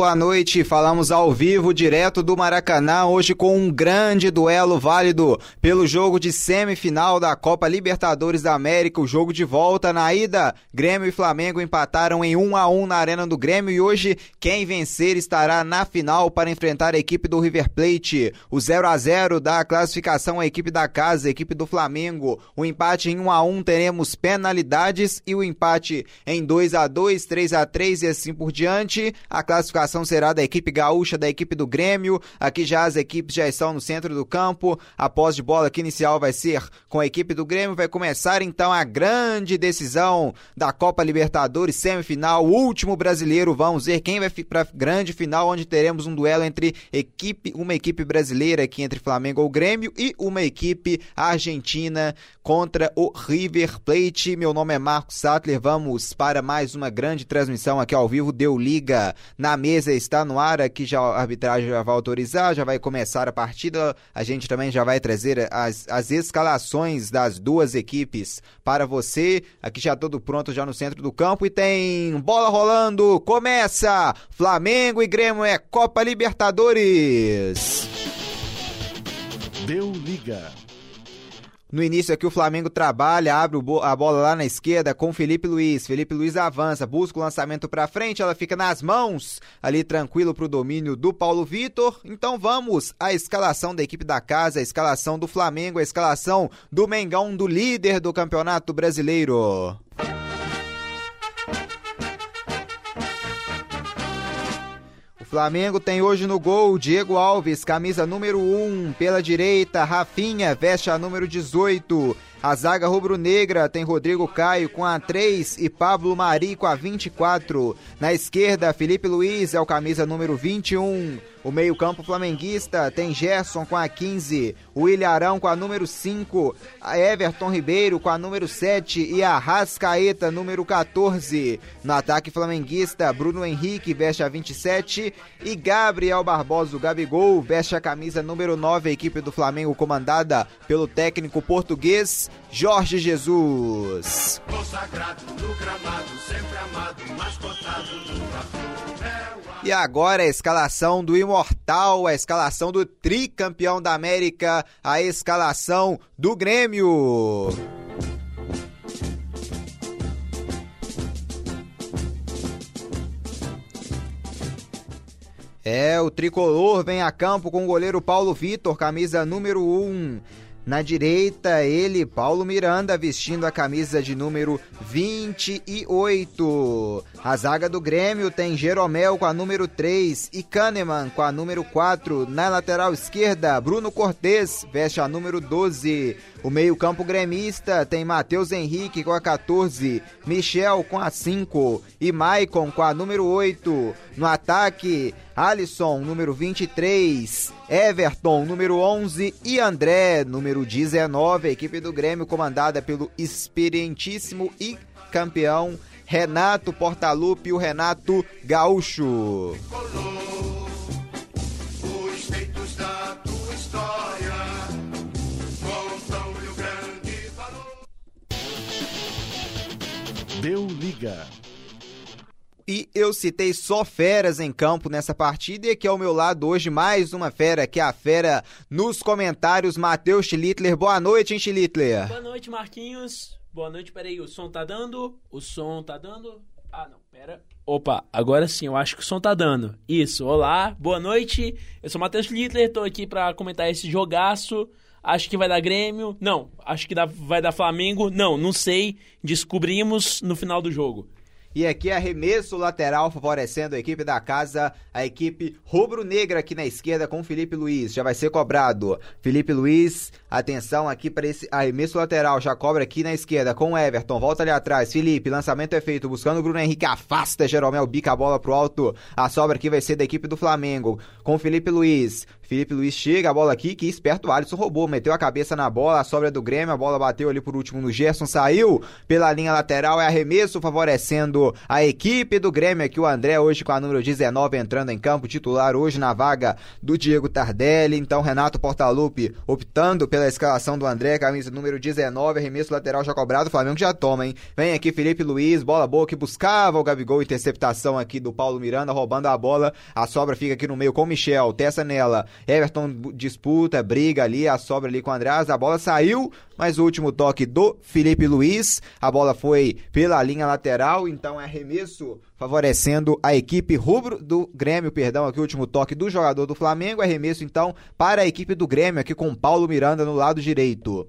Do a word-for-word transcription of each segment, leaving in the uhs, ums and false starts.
boa noite. Falamos ao vivo, direto do Maracanã, hoje com um grande duelo válido pelo jogo de semifinal da Copa Libertadores da América, o jogo de volta. Na ida, Grêmio e Flamengo empataram em um a um na Arena do Grêmio e hoje quem vencer estará na final para enfrentar a equipe do River Plate. O zero a zero dá a classificação à equipe da casa, a equipe do Flamengo. O empate em um a um teremos penalidades e o empate em dois a dois, três a três e assim por diante. A classificação será da equipe gaúcha, da equipe do Grêmio. Aqui já as equipes já estão no centro do campo. A posse de bola aqui inicial vai ser com a equipe do Grêmio. Vai começar então a grande decisão da Copa Libertadores, semifinal, o último brasileiro. Vamos ver quem vai para a grande final, onde teremos um duelo entre equipe, uma equipe brasileira aqui entre Flamengo ou Grêmio e uma equipe argentina contra o River Plate. Meu nome é Marcos Sattler. Vamos para mais uma grande transmissão aqui ao vivo. Deu liga na mesa, está no ar. Aqui já a arbitragem já vai autorizar, já vai começar a partida. A gente também já vai trazer as, as escalações das duas equipes para você. Aqui já tudo pronto já no centro do campo e tem bola rolando. Começa! Flamengo e Grêmio, é Copa Libertadores. Deu liga. No início aqui o Flamengo trabalha, abre a bola lá na esquerda com Felipe Luiz. Felipe Luiz avança, busca o lançamento para frente, ela fica nas mãos, ali tranquilo para o domínio do Paulo Vitor. Então vamos à escalação da equipe da casa, a escalação do Flamengo, a escalação do Mengão, do líder do Campeonato Brasileiro. Flamengo tem hoje no gol Diego Alves, camisa número um, pela direita Rafinha, veste a número dezoito. A zaga rubro-negra tem Rodrigo Caio com a três e Pablo Mari com a vinte e quatro. Na esquerda, Felipe Luiz é o camisa número vinte e um. O meio-campo flamenguista tem Gerson com a quinze, o Ilharão com a número cinco, a Everton Ribeiro com a número sete e a Arrascaeta número quatorze. No ataque flamenguista, Bruno Henrique veste a vinte e sete e Gabriel Barbosa, o Gabigol, veste a camisa número nove, a equipe do Flamengo comandada pelo técnico português Jorge Jesus. Consagrado no gramado, sempre amado, mascotado no E agora a escalação do imortal, a escalação do tricampeão da América, a escalação do Grêmio. É, o tricolor vem a campo com o goleiro Paulo Vitor, camisa número um. Na direita, ele, Paulo Miranda, vestindo a camisa de número vinte e oito. A zaga do Grêmio tem Jeromel com a número três e Kahneman com a número quatro. Na lateral esquerda, Bruno Cortez veste a número doze. O meio-campo gremista tem Matheus Henrique com a quatorze, Michel com a cinco e Maicon com a número oito. No ataque, Alisson, número vinte e três, Everton, número onze e André, número dezenove. A equipe do Grêmio comandada pelo experientíssimo e campeão Renato Portaluppi, o Renato Gaúcho. Deu liga. E eu citei só feras em campo nessa partida e aqui ao meu lado hoje mais uma fera, que é a fera nos comentários, Matheus Schlittler. Boa noite, hein, Schlittler? Boa noite, Marquinhos. Boa noite, peraí, o som tá dando? O som tá dando? Ah, não, pera. Opa, agora sim, eu acho que o som tá dando. Isso, olá, boa noite. Eu sou o Matheus Schlittler, tô aqui pra comentar esse jogaço. Acho que vai dar Grêmio. Não, acho que dá, vai dar Flamengo. Não, não sei. Descobrimos no final do jogo. E aqui arremesso lateral favorecendo a equipe da casa, a equipe rubro-negra aqui na esquerda com Felipe Luiz, já vai ser cobrado. Felipe Luiz, atenção aqui para esse arremesso lateral, já cobra aqui na esquerda com Everton, volta ali atrás, Felipe, lançamento é feito, buscando o Bruno Henrique, afasta Jeromel, bica a bola pro alto, a sobra aqui vai ser da equipe do Flamengo, com Felipe Luiz. Felipe Luiz chega, a bola aqui, que esperto o Alisson roubou, meteu a cabeça na bola, a sobra do Grêmio, a bola bateu ali por último no Gerson, saiu pela linha lateral, é arremesso favorecendo a equipe do Grêmio, aqui o André hoje com a número dezenove entrando em campo, titular hoje na vaga do Diego Tardelli, então Renato Portaluppi optando pela escalação do André, camisa número dezenove, arremesso lateral já cobrado, o Flamengo já toma, hein? Vem aqui Felipe Luiz, bola boa que buscava o Gabigol, interceptação aqui do Paulo Miranda, roubando a bola, a sobra fica aqui no meio com o Michel, testa nela, Everton disputa, briga ali, a sobra ali com o Andrés, a bola saiu, mas o último toque do Felipe Luiz, a bola foi pela linha lateral, então é arremesso favorecendo a equipe rubro do Grêmio, perdão, aqui o último toque do jogador do Flamengo, arremesso então para a equipe do Grêmio, aqui com o Paulo Miranda no lado direito.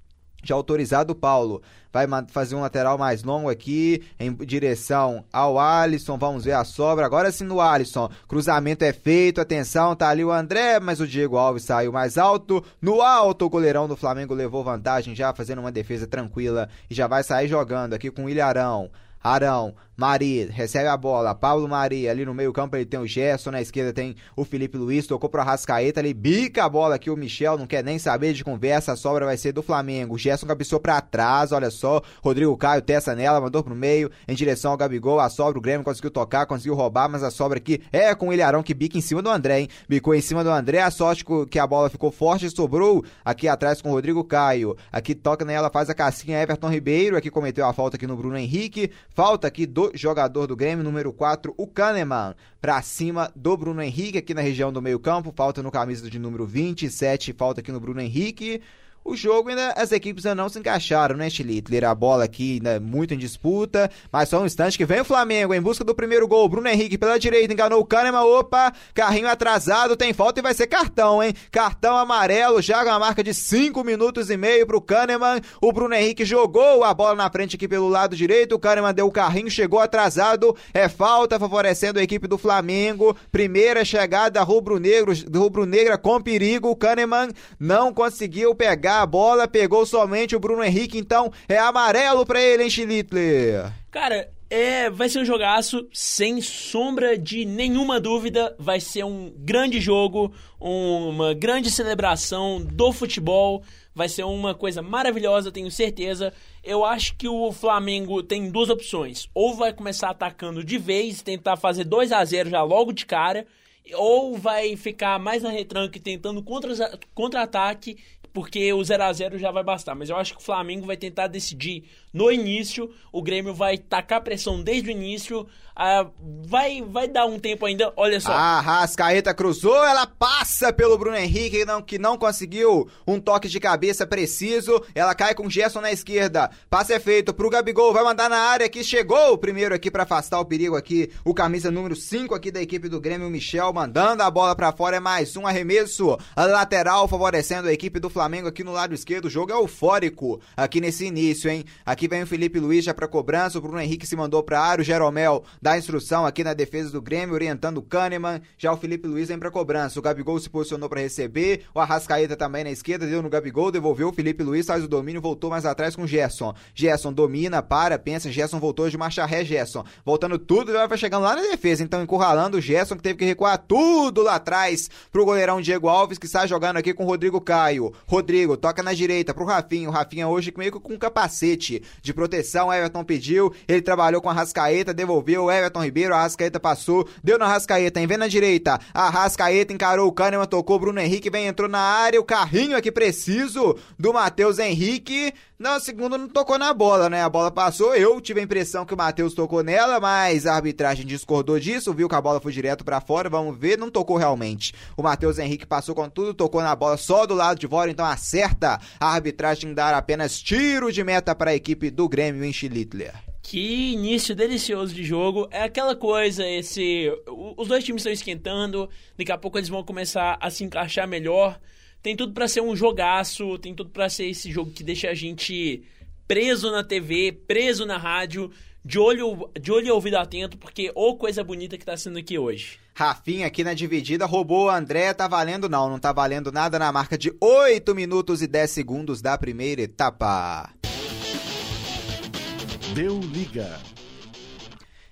Já autorizado o Paulo, vai fazer um lateral mais longo aqui, em direção ao Alisson, vamos ver a sobra, agora sim no Alisson, cruzamento é feito, atenção, tá ali o André, mas o Diego Alves saiu mais alto, no alto o goleirão do Flamengo levou vantagem já, fazendo uma defesa tranquila, e já vai sair jogando aqui com o Ilharão, Arão, Mari, recebe a bola, Paulo Mari, ali no meio campo ele tem o Gerson, na esquerda tem o Felipe Luiz, tocou pro Arrascaeta, ele bica a bola aqui, o Michel não quer nem saber de conversa, a sobra vai ser do Flamengo, o Gerson cabeçou pra trás, olha só, Rodrigo Caio testa nela, mandou pro meio, em direção ao Gabigol, a sobra, o Grêmio conseguiu tocar, conseguiu roubar, mas a sobra aqui é com o Ilharão que bica em cima do André, hein, bicou em cima do André, a sorte que a bola ficou forte, sobrou aqui atrás com o Rodrigo Caio, aqui toca nela, faz a casquinha, Everton Ribeiro, aqui cometeu a falta aqui no Bruno Henrique, falta aqui do jogador do Grêmio, número quatro, o Kahneman, pra cima do Bruno Henrique, aqui na região do meio campo, falta no camisa de número vinte e sete, falta aqui no Bruno Henrique. O jogo ainda, as equipes ainda não se encaixaram, né, Schlittler? A bola aqui ainda muito em disputa, mas só um instante que vem o Flamengo em busca do primeiro gol. Bruno Henrique pela direita, enganou o Kahneman, opa, carrinho atrasado, tem falta e vai ser cartão, hein? Cartão amarelo, já com a marca de cinco minutos e meio pro Kahneman. O Bruno Henrique jogou a bola na frente aqui pelo lado direito, o Kahneman deu o carrinho, chegou atrasado, é falta favorecendo a equipe do Flamengo. Primeira chegada rubro-negro, rubro-negra com perigo, o Kahneman não conseguiu pegar a bola, pegou somente o Bruno Henrique, então é amarelo pra ele, hein, Schlittler? Cara, é, vai ser um jogaço, sem sombra de nenhuma dúvida, vai ser um grande jogo, uma grande celebração do futebol, vai ser uma coisa maravilhosa, tenho certeza. Eu acho que o Flamengo tem duas opções, ou vai começar atacando de vez, tentar fazer dois a zero já logo de cara, ou vai ficar mais na retranca tentando contra, contra-ataque, porque o zero a zero já vai bastar. Mas eu acho que o Flamengo vai tentar decidir no início, o Grêmio vai tacar pressão desde o início, uh, vai, vai dar um tempo ainda, olha só. A Arrascaeta cruzou, ela passa pelo Bruno Henrique, que não, que não conseguiu um toque de cabeça preciso, ela cai com o Gerson na esquerda, passe é feito pro Gabigol, vai mandar na área, que chegou o primeiro aqui pra afastar o perigo aqui, o camisa número cinco aqui da equipe do Grêmio, o Michel, mandando a bola pra fora, é mais um arremesso lateral, favorecendo a equipe do Flamengo aqui no lado esquerdo, o jogo é eufórico aqui nesse início, hein, aqui vem o Felipe Luiz já pra cobrança, o Bruno Henrique se mandou pra área, o Jeromel dá instrução aqui na defesa do Grêmio, orientando o Kahneman, já o Felipe Luiz vem pra cobrança, o Gabigol se posicionou pra receber, o Arrascaeta também na esquerda, deu no Gabigol, devolveu o Felipe Luiz, faz o domínio, voltou mais atrás com o Gerson, Gerson domina, para, pensa, Gerson voltou de marcha ré, Gerson, voltando tudo, vai chegando lá na defesa, então encurralando o Gerson, que teve que recuar tudo lá atrás pro goleirão Diego Alves, que está jogando aqui com o Rodrigo Caio, Rodrigo toca na direita pro Rafinha, o Rafinha hoje meio que com um capacete de proteção, o Everton pediu, ele trabalhou com a Arrascaeta, devolveu o Everton Ribeiro, a Arrascaeta passou, deu na Arrascaeta, vem na direita, a Arrascaeta encarou o Kahneman, tocou o Bruno Henrique, vem, entrou na área, o carrinho aqui preciso do Matheus Henrique, na segunda não tocou na bola, né, a bola passou, eu tive a impressão que o Matheus tocou nela, mas a arbitragem discordou disso, viu que a bola foi direto pra fora, vamos ver, não tocou realmente, o Matheus Henrique passou com tudo, tocou na bola só do lado de fora, então acerta a arbitragem dar apenas tiro de meta para a equipe do Grêmio em Schlittler. Que início delicioso de jogo, é aquela coisa, esse, os dois times estão esquentando, daqui a pouco eles vão começar a se encaixar melhor, tem tudo pra ser um jogaço, tem tudo pra ser esse jogo que deixa a gente preso na T V, preso na rádio, de olho, de olho e ouvido atento, porque ô coisa bonita que tá sendo aqui hoje. Rafinha aqui na dividida, roubou o André, tá valendo não, não tá valendo nada na marca de oito minutos e dez segundos da primeira etapa. Deu liga.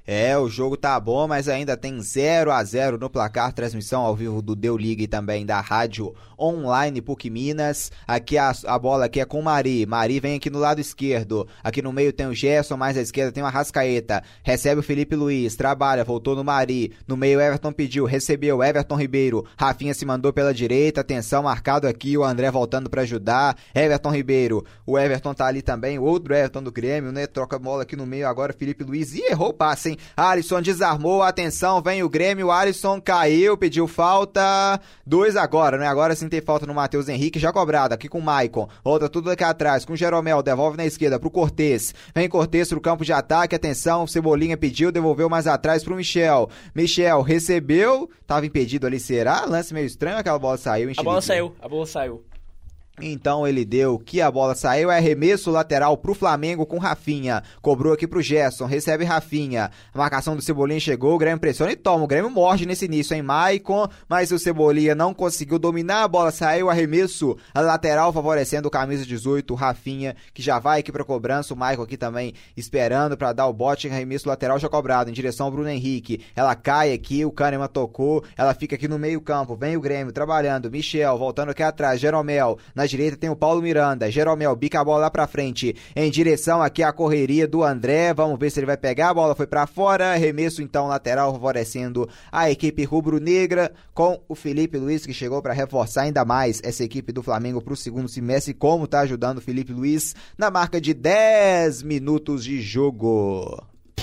É, o jogo tá bom, mas ainda tem zero a zero no placar. Transmissão ao vivo do Deu Liga e também da rádio online P U C Minas. Aqui a, a bola aqui é com o Mari. Mari vem aqui no lado esquerdo. Aqui no meio tem o Gerson, mais à esquerda tem o Arrascaeta. Recebe o Felipe Luiz, trabalha, voltou no Mari. No meio Everton pediu, recebeu Everton Ribeiro. Rafinha se mandou pela direita. Atenção, marcado aqui, o André voltando pra ajudar. Everton Ribeiro. O Everton tá ali também, o outro Everton do Grêmio, né? Troca a bola aqui no meio agora, Felipe Luiz. E errou o passe, hein? Alisson desarmou, atenção, vem o Grêmio, Alisson caiu, pediu falta, dois agora, né? Agora sim tem falta no Matheus Henrique, já cobrado, aqui com o Maicon, volta tudo aqui atrás, com o Jeromel, devolve na esquerda pro Cortez, vem Cortez pro campo de ataque, atenção, Cebolinha pediu, devolveu mais atrás pro Michel, Michel recebeu, tava impedido ali, será? Lance meio estranho, aquela bola saiu, hein, A bola saiu, a bola saiu. Então ele deu que a bola saiu, é arremesso lateral pro Flamengo com Rafinha, cobrou aqui pro Gerson, recebe Rafinha, a marcação do Cebolinha chegou, o Grêmio pressiona e toma, o Grêmio morde nesse início, hein, Maicon, mas o Cebolinha não conseguiu dominar, a bola saiu, arremesso a lateral favorecendo o camisa dezoito, o Rafinha, que já vai aqui pra cobrança, o Maicon aqui também esperando pra dar o bote, arremesso lateral já cobrado, em direção ao Bruno Henrique, ela cai aqui, o Kahneman tocou, ela fica aqui no meio campo, vem o Grêmio trabalhando, Michel voltando aqui atrás, Jeromel, na direita tem o Paulo Miranda, Jeromel bica a bola lá pra frente, em direção aqui à correria do André, vamos ver se ele vai pegar, a bola foi pra fora, arremesso então lateral favorecendo a equipe rubro-negra, com o Felipe Luiz que chegou pra reforçar ainda mais essa equipe do Flamengo pro segundo semestre, como tá ajudando o Felipe Luiz na marca de dez minutos de jogo.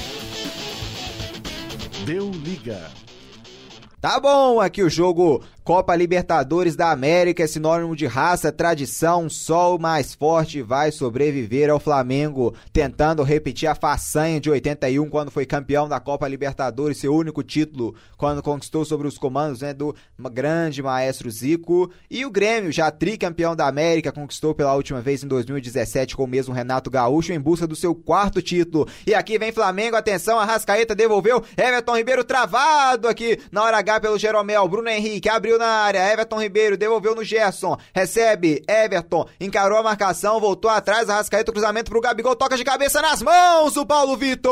Deu Liga. Tá bom, aqui o jogo Copa Libertadores da América é sinônimo de raça, tradição, só o mais forte vai sobreviver ao Flamengo, tentando repetir a façanha de oitenta e um, quando foi campeão da Copa Libertadores, seu único título, quando conquistou sobre os comandos, né, do grande maestro Zico, e o Grêmio, já tricampeão da América, conquistou pela última vez em dois mil e dezessete com o mesmo Renato Gaúcho, em busca do seu quarto título, e aqui vem Flamengo, atenção, Arrascaeta devolveu, Everton Ribeiro travado aqui, na hora H pelo Jeromel, Bruno Henrique abriu na área, Everton Ribeiro devolveu no Gerson, recebe Everton, encarou a marcação, voltou atrás, Arrascaeta, cruzamento pro Gabigol, toca de cabeça nas mãos do Paulo Vitor,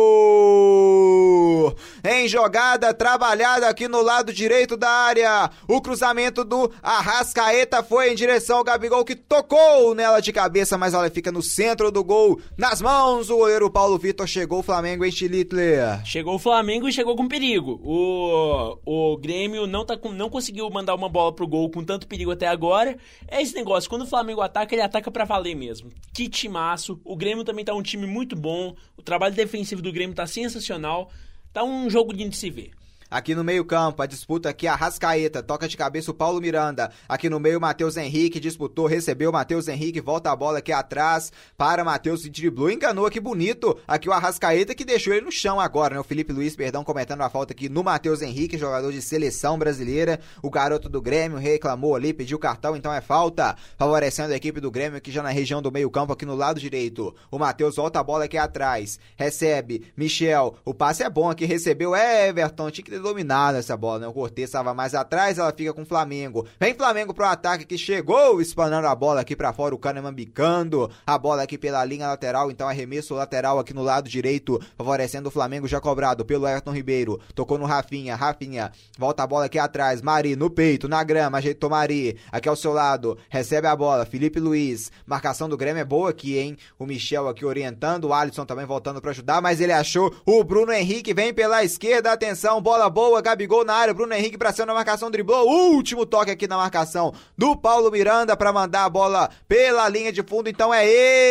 em jogada trabalhada aqui no lado direito da área, o cruzamento do Arrascaeta foi em direção ao Gabigol, que tocou nela de cabeça, mas ela fica no centro do gol, nas mãos do goleiro Paulo Vitor. Chegou o Flamengo, hein, Chilitler? Chegou o Flamengo e chegou com perigo. O, o Grêmio não, tá com, não conseguiu mandar uma bola pro gol com tanto perigo até agora. É esse negócio, quando o Flamengo ataca, ele ataca pra valer mesmo. Que timaço. O Grêmio também tá um time muito bom. O trabalho defensivo do Grêmio tá sensacional. Tá um jogo de se ver. Aqui no meio campo, a disputa aqui, Arrascaeta, toca de cabeça o Paulo Miranda, aqui no meio Matheus Henrique, disputou, recebeu Matheus Henrique, volta a bola aqui atrás, para Matheus, se driblou, enganou aqui bonito, aqui o Arrascaeta que deixou ele no chão agora, né, o Felipe Luiz, perdão, cometendo a falta aqui no Matheus Henrique, jogador de seleção brasileira, o garoto do Grêmio reclamou ali, pediu cartão, então é falta, favorecendo a equipe do Grêmio aqui já na região do meio campo, aqui no lado direito, o Matheus volta a bola aqui atrás, recebe, Michel, o passe é bom aqui, recebeu Everton, tinha que dominado essa bola, né? O Cortez estava mais atrás, ela fica com o Flamengo. Vem Flamengo pro ataque que chegou, espanando a bola aqui pra fora, o Kahneman bicando a bola aqui pela linha lateral, então arremesso lateral aqui no lado direito, favorecendo o Flamengo já cobrado pelo Everton Ribeiro. Tocou no Rafinha, Rafinha, volta a bola aqui atrás, Mari no peito, na grama, ajeitou Mari, aqui ao seu lado, recebe a bola, Felipe Luiz, marcação do Grêmio é boa aqui, hein? O Michel aqui orientando, o Alisson também voltando pra ajudar, mas ele achou o Bruno Henrique, vem pela esquerda, atenção, bola boa, Gabigol na área, Bruno Henrique pra cima na marcação, driblou, último toque aqui na marcação do Paulo Miranda pra mandar a bola pela linha de fundo, então é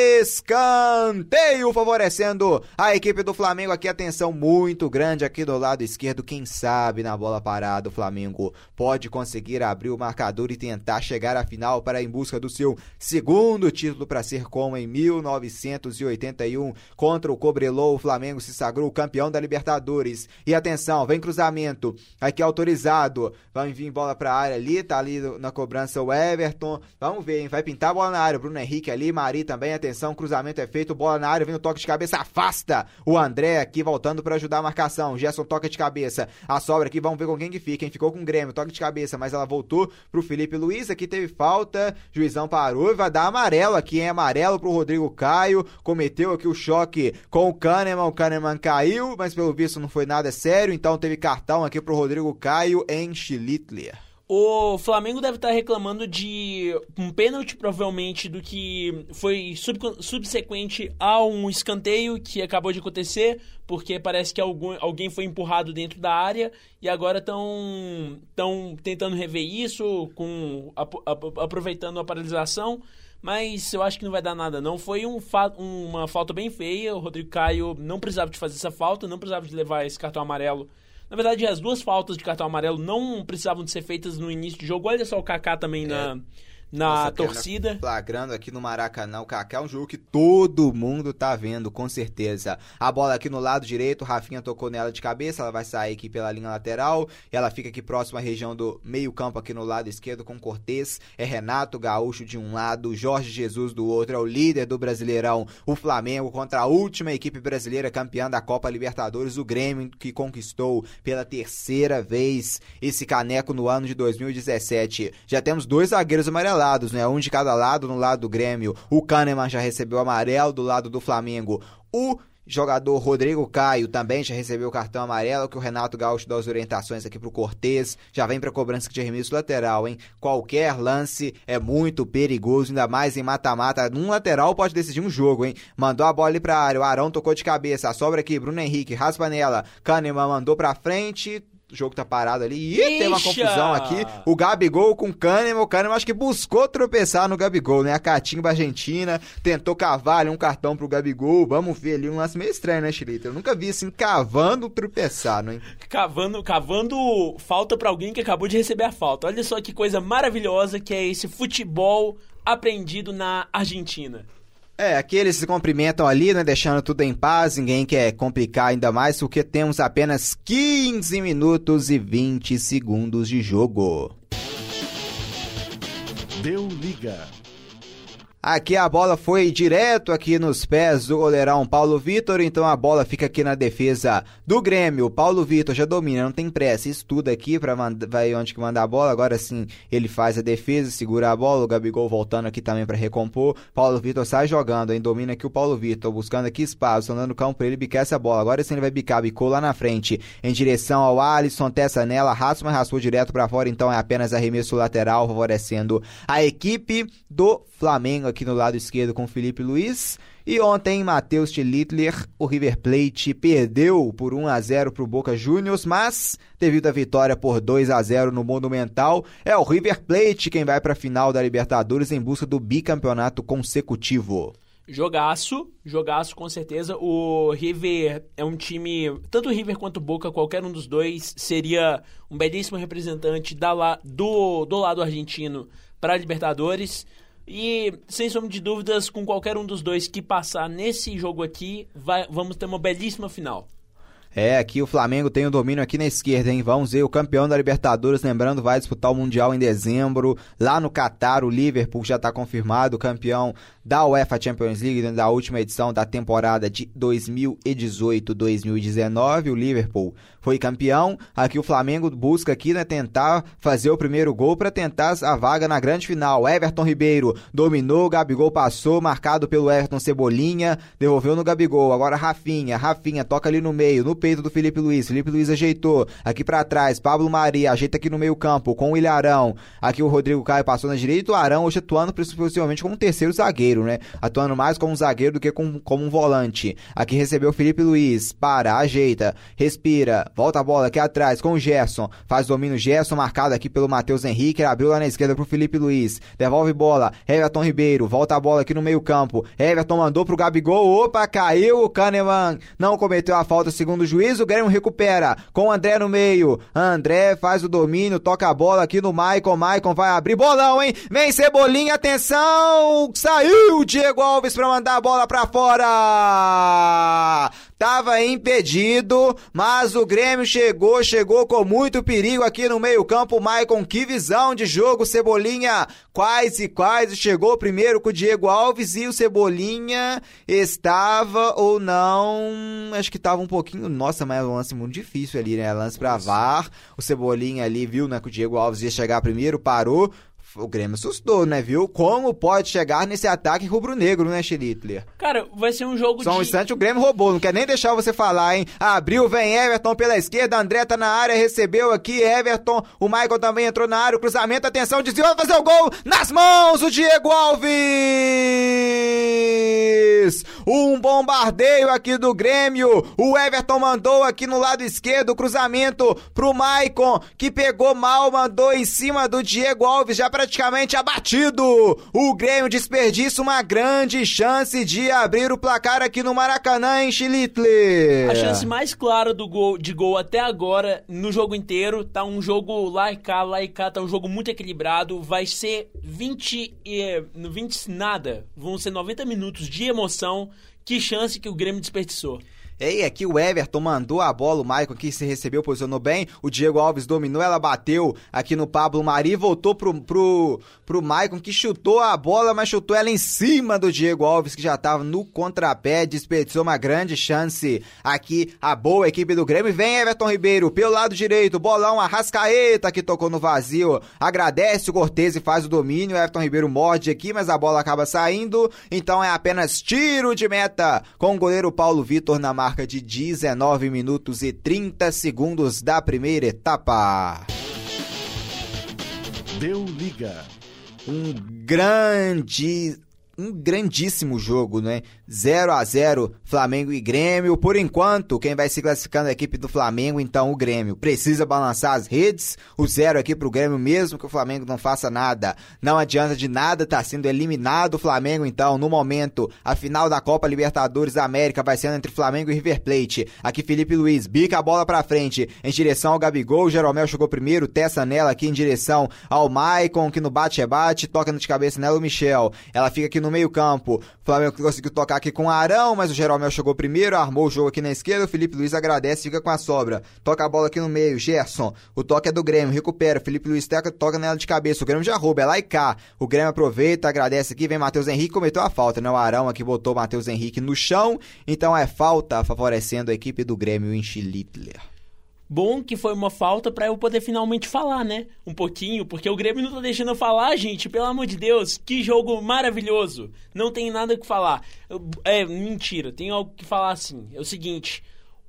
escanteio favorecendo a equipe do Flamengo aqui, atenção muito grande aqui do lado esquerdo, quem sabe na bola parada o Flamengo pode conseguir abrir o marcador e tentar chegar à final para em busca do seu segundo título para ser como em mil novecentos e oitenta e um contra o Cobreloa, o Flamengo se sagrou campeão da Libertadores, e atenção, vem cruzar cruzamento aqui autorizado, vai vir bola pra área ali, tá ali na cobrança o Everton, vamos ver, hein? Vai pintar a bola na área, Bruno Henrique ali, Mari também, atenção, cruzamento é feito, bola na área, vem o toque de cabeça, afasta o André aqui voltando pra ajudar a marcação, Gerson toca de cabeça, a sobra aqui, vamos ver com quem que fica, hein? Ficou com o Grêmio, toque de cabeça, mas ela voltou pro Felipe Luiz, aqui teve falta, juizão parou e vai dar amarelo aqui, hein? Amarelo pro Rodrigo Caio, cometeu aqui o choque com o Kahneman, o Kahneman caiu, mas pelo visto não foi nada sério, então teve cartão aqui pro Rodrigo Caio em Schlittler. O Flamengo deve estar reclamando de um pênalti, provavelmente, do que foi sub- subsequente a um escanteio que acabou de acontecer, porque parece que algum, alguém foi empurrado dentro da área e agora estão estão tentando rever isso, com, ap- ap- aproveitando a paralisação, mas eu acho que não vai dar nada não. Foi um fa- uma falta bem feia, o Rodrigo Caio não precisava de fazer essa falta, não precisava de levar esse cartão amarelo. Na verdade, as duas faltas de cartão amarelo não precisavam de ser feitas no início do jogo. Olha só o Kaká também é. na, na Nossa, torcida. Flagrando aqui no Maracanã, o Kaká é um jogo que todo mundo tá vendo, com certeza. A bola aqui no lado direito, o Rafinha tocou nela de cabeça, ela vai sair aqui pela linha lateral, e ela fica aqui próxima à região do meio campo aqui no lado esquerdo com Cortez. É Renato Gaúcho de um lado, Jorge Jesus do outro, é o líder do Brasileirão, o Flamengo, contra a última equipe brasileira campeã da Copa Libertadores, o Grêmio, que conquistou pela terceira vez esse caneco no ano de dois mil e dezessete. Já temos dois zagueiros amarelos, né? Um de cada lado, no lado do Grêmio, o Kahneman já recebeu amarelo, do lado do Flamengo, o jogador Rodrigo Caio também já recebeu o cartão amarelo, que o Renato Gaúcho dá as orientações aqui pro Cortez, já vem pra cobrança de arremesso lateral, hein? Qualquer lance é muito perigoso, ainda mais em mata-mata, num lateral pode decidir um jogo, hein? Mandou a bola ali pra área, o Arão tocou de cabeça, a sobra aqui, Bruno Henrique, raspa nela, Kahneman mandou pra frente, o jogo tá parado ali. Ih, Ixa! Tem uma confusão aqui. O Gabigol com o Kahneman. O Kahneman acho que buscou tropeçar no Gabigol, né? A catimba argentina. Tentou cavar ali um cartão pro Gabigol. Vamos ver ali um lance meio estranho, né, Schlitter? Eu nunca vi assim, cavando tropeçar, não é? Cavando, cavando falta pra alguém que acabou de receber a falta. Olha só que coisa maravilhosa que é esse futebol aprendido na Argentina. É, aqui eles se cumprimentam ali, né, deixando tudo em paz, ninguém quer complicar ainda mais, porque temos apenas quinze minutos e vinte segundos de jogo. Deu liga. Aqui a bola foi direto aqui nos pés do goleirão Paulo Vitor, então a bola fica aqui na defesa do Grêmio. Paulo Vitor já domina, não tem pressa, estuda aqui para mandar, vai onde que mandar a bola, agora sim ele faz a defesa, segura a bola, o Gabigol voltando aqui também para recompor. Paulo Vitor sai jogando, hein? Domina aqui o Paulo Vitor, buscando aqui espaço, andando no campo para ele bicar essa bola. Agora sim ele vai bicar, bicou lá na frente, em direção ao Alisson, testa nela, raspa, mas raspou direto para fora, então é apenas arremesso lateral, favorecendo a equipe do Flamengo aqui no lado esquerdo com Felipe Luiz. E ontem, Matheus Schlittler, o River Plate perdeu por um a zero para o Boca Juniors, mas devido à vitória por dois a zero no Monumental, é o River Plate quem vai para a final da Libertadores em busca do bicampeonato consecutivo. Jogaço, jogaço com certeza. O River é um time, tanto o River quanto o Boca, qualquer um dos dois seria um belíssimo representante da la, do, do lado argentino para a Libertadores. E, sem sombra de dúvidas, com qualquer um dos dois que passar nesse jogo aqui, vai, vamos ter uma belíssima final. É, aqui o Flamengo tem o domínio aqui na esquerda, hein? Vamos ver, o campeão da Libertadores, lembrando, vai disputar o Mundial em dezembro, lá no Catar. O Liverpool já está confirmado, campeão da UEFA Champions League, da última edição da temporada de dois mil e dezoito dois mil e dezenove, o Liverpool foi campeão. Aqui o Flamengo busca aqui, né, tentar fazer o primeiro gol para tentar a vaga na grande final. Everton Ribeiro dominou, Gabigol passou, marcado pelo Everton Cebolinha, devolveu no Gabigol. Agora Rafinha, Rafinha toca ali no meio, no peito do Felipe Luiz, Felipe Luiz ajeitou, aqui pra trás, Pablo Mari ajeita aqui no meio campo, com o Ilharão, aqui o Rodrigo Caio passou na direita, o Arão hoje atuando possivelmente como um terceiro zagueiro, né, atuando mais como um zagueiro do que como, como um volante. Aqui recebeu o Felipe Luiz, para, ajeita, respira, volta a bola aqui atrás com o Gerson, faz domínio Gerson, marcado aqui pelo Matheus Henrique, ele abriu lá na esquerda pro Felipe Luiz, devolve bola, Everton Ribeiro, volta a bola aqui no meio campo, Everton mandou pro Gabigol, opa, caiu, o Kahneman não cometeu a falta segundo o juiz, o Grêmio recupera, com o André no meio, André faz o domínio, toca a bola aqui no Maicon, Maicon vai abrir, bolão, hein, vem Cebolinha, atenção, saiu o Diego Alves pra mandar a bola pra fora, tava impedido, mas o Grêmio chegou, chegou com muito perigo aqui no meio campo. Maicon, que visão de jogo, Cebolinha quase, quase chegou primeiro com o Diego Alves e o Cebolinha estava ou não, acho que tava um pouquinho, nossa, mas é um lance muito difícil ali, né, lance pra V A R, o Cebolinha ali viu, né, que o Diego Alves ia chegar primeiro, parou. O Grêmio assustou, né, viu? Como pode chegar nesse ataque rubro-negro, né, Schlittler? Cara, vai ser um jogo Só de... um instante, o Grêmio roubou, não quer nem deixar você falar, hein? Abriu, vem Everton pela esquerda, André tá na área, recebeu aqui, Everton, o Maicon também entrou na área, o cruzamento, atenção, desviou, vai fazer o gol nas mãos, o Diego Alves! Um bombardeio aqui do Grêmio, o Everton mandou aqui no lado esquerdo, o cruzamento pro Maicon, que pegou mal, mandou em cima do Diego Alves, já praticamente abatido. O Grêmio desperdiça uma grande chance de abrir o placar aqui no Maracanã, hein, Schlittler? A chance mais clara do gol, de gol até agora, no jogo inteiro, tá um jogo lá e cá, lá e cá, tá um jogo muito equilibrado, vai ser vinte, eh, vinte nada, vão ser noventa minutos de emoção. Que chance que o Grêmio desperdiçou. E aqui o Everton mandou a bola, o Maicon aqui se recebeu, posicionou bem, o Diego Alves dominou, ela bateu aqui no Pablo Mari, voltou pro, pro, pro Maicon, que chutou a bola, mas chutou ela em cima do Diego Alves, que já estava no contrapé, desperdiçou uma grande chance aqui, a boa equipe do Grêmio. Vem Everton Ribeiro, pelo lado direito, bolão, Arrascaeta, que tocou no vazio, agradece o Cortez e faz o domínio, o Everton Ribeiro morde aqui, mas a bola acaba saindo, então é apenas tiro de meta, com o goleiro Paulo Vitor na marca de dezenove minutos e trinta segundos da primeira etapa. Deu liga. Um grande... Um grandíssimo jogo, né? zero a zero, Flamengo e Grêmio. Por enquanto, quem vai se classificando é a equipe do Flamengo, então o Grêmio precisa balançar as redes. O zero aqui pro Grêmio, mesmo que o Flamengo não faça nada. Não adianta de nada, tá sendo eliminado o Flamengo, então, no momento, a final da Copa Libertadores da América vai sendo entre Flamengo e River Plate. Aqui Felipe Luiz, bica a bola pra frente, em direção ao Gabigol. O Jeromel chegou primeiro, testa nela aqui em direção ao Maicon, que no bate-rebate, toca de cabeça nela o Michel. Ela fica aqui no meio campo, o Flamengo conseguiu tocar aqui com o Arão, mas o Jeromel chegou primeiro, armou o jogo aqui na esquerda, o Felipe Luiz agradece, fica com a sobra, toca a bola aqui no meio, Gerson, o toque é do Grêmio, recupera, o Felipe Luiz toca, toca nela de cabeça, o Grêmio já rouba, é lá e cá, o Grêmio aproveita, agradece aqui, vem Matheus Henrique, cometeu a falta, né, o Arão aqui botou o Matheus Henrique no chão, então é falta, favorecendo a equipe do Grêmio em Schlittler. Bom que foi uma falta pra eu poder finalmente falar, né? Um pouquinho, porque o Grêmio não tá deixando eu falar, gente. Pelo amor de Deus, que jogo maravilhoso. Não tem nada o que falar. É, mentira, tem algo que falar assim. É o seguinte,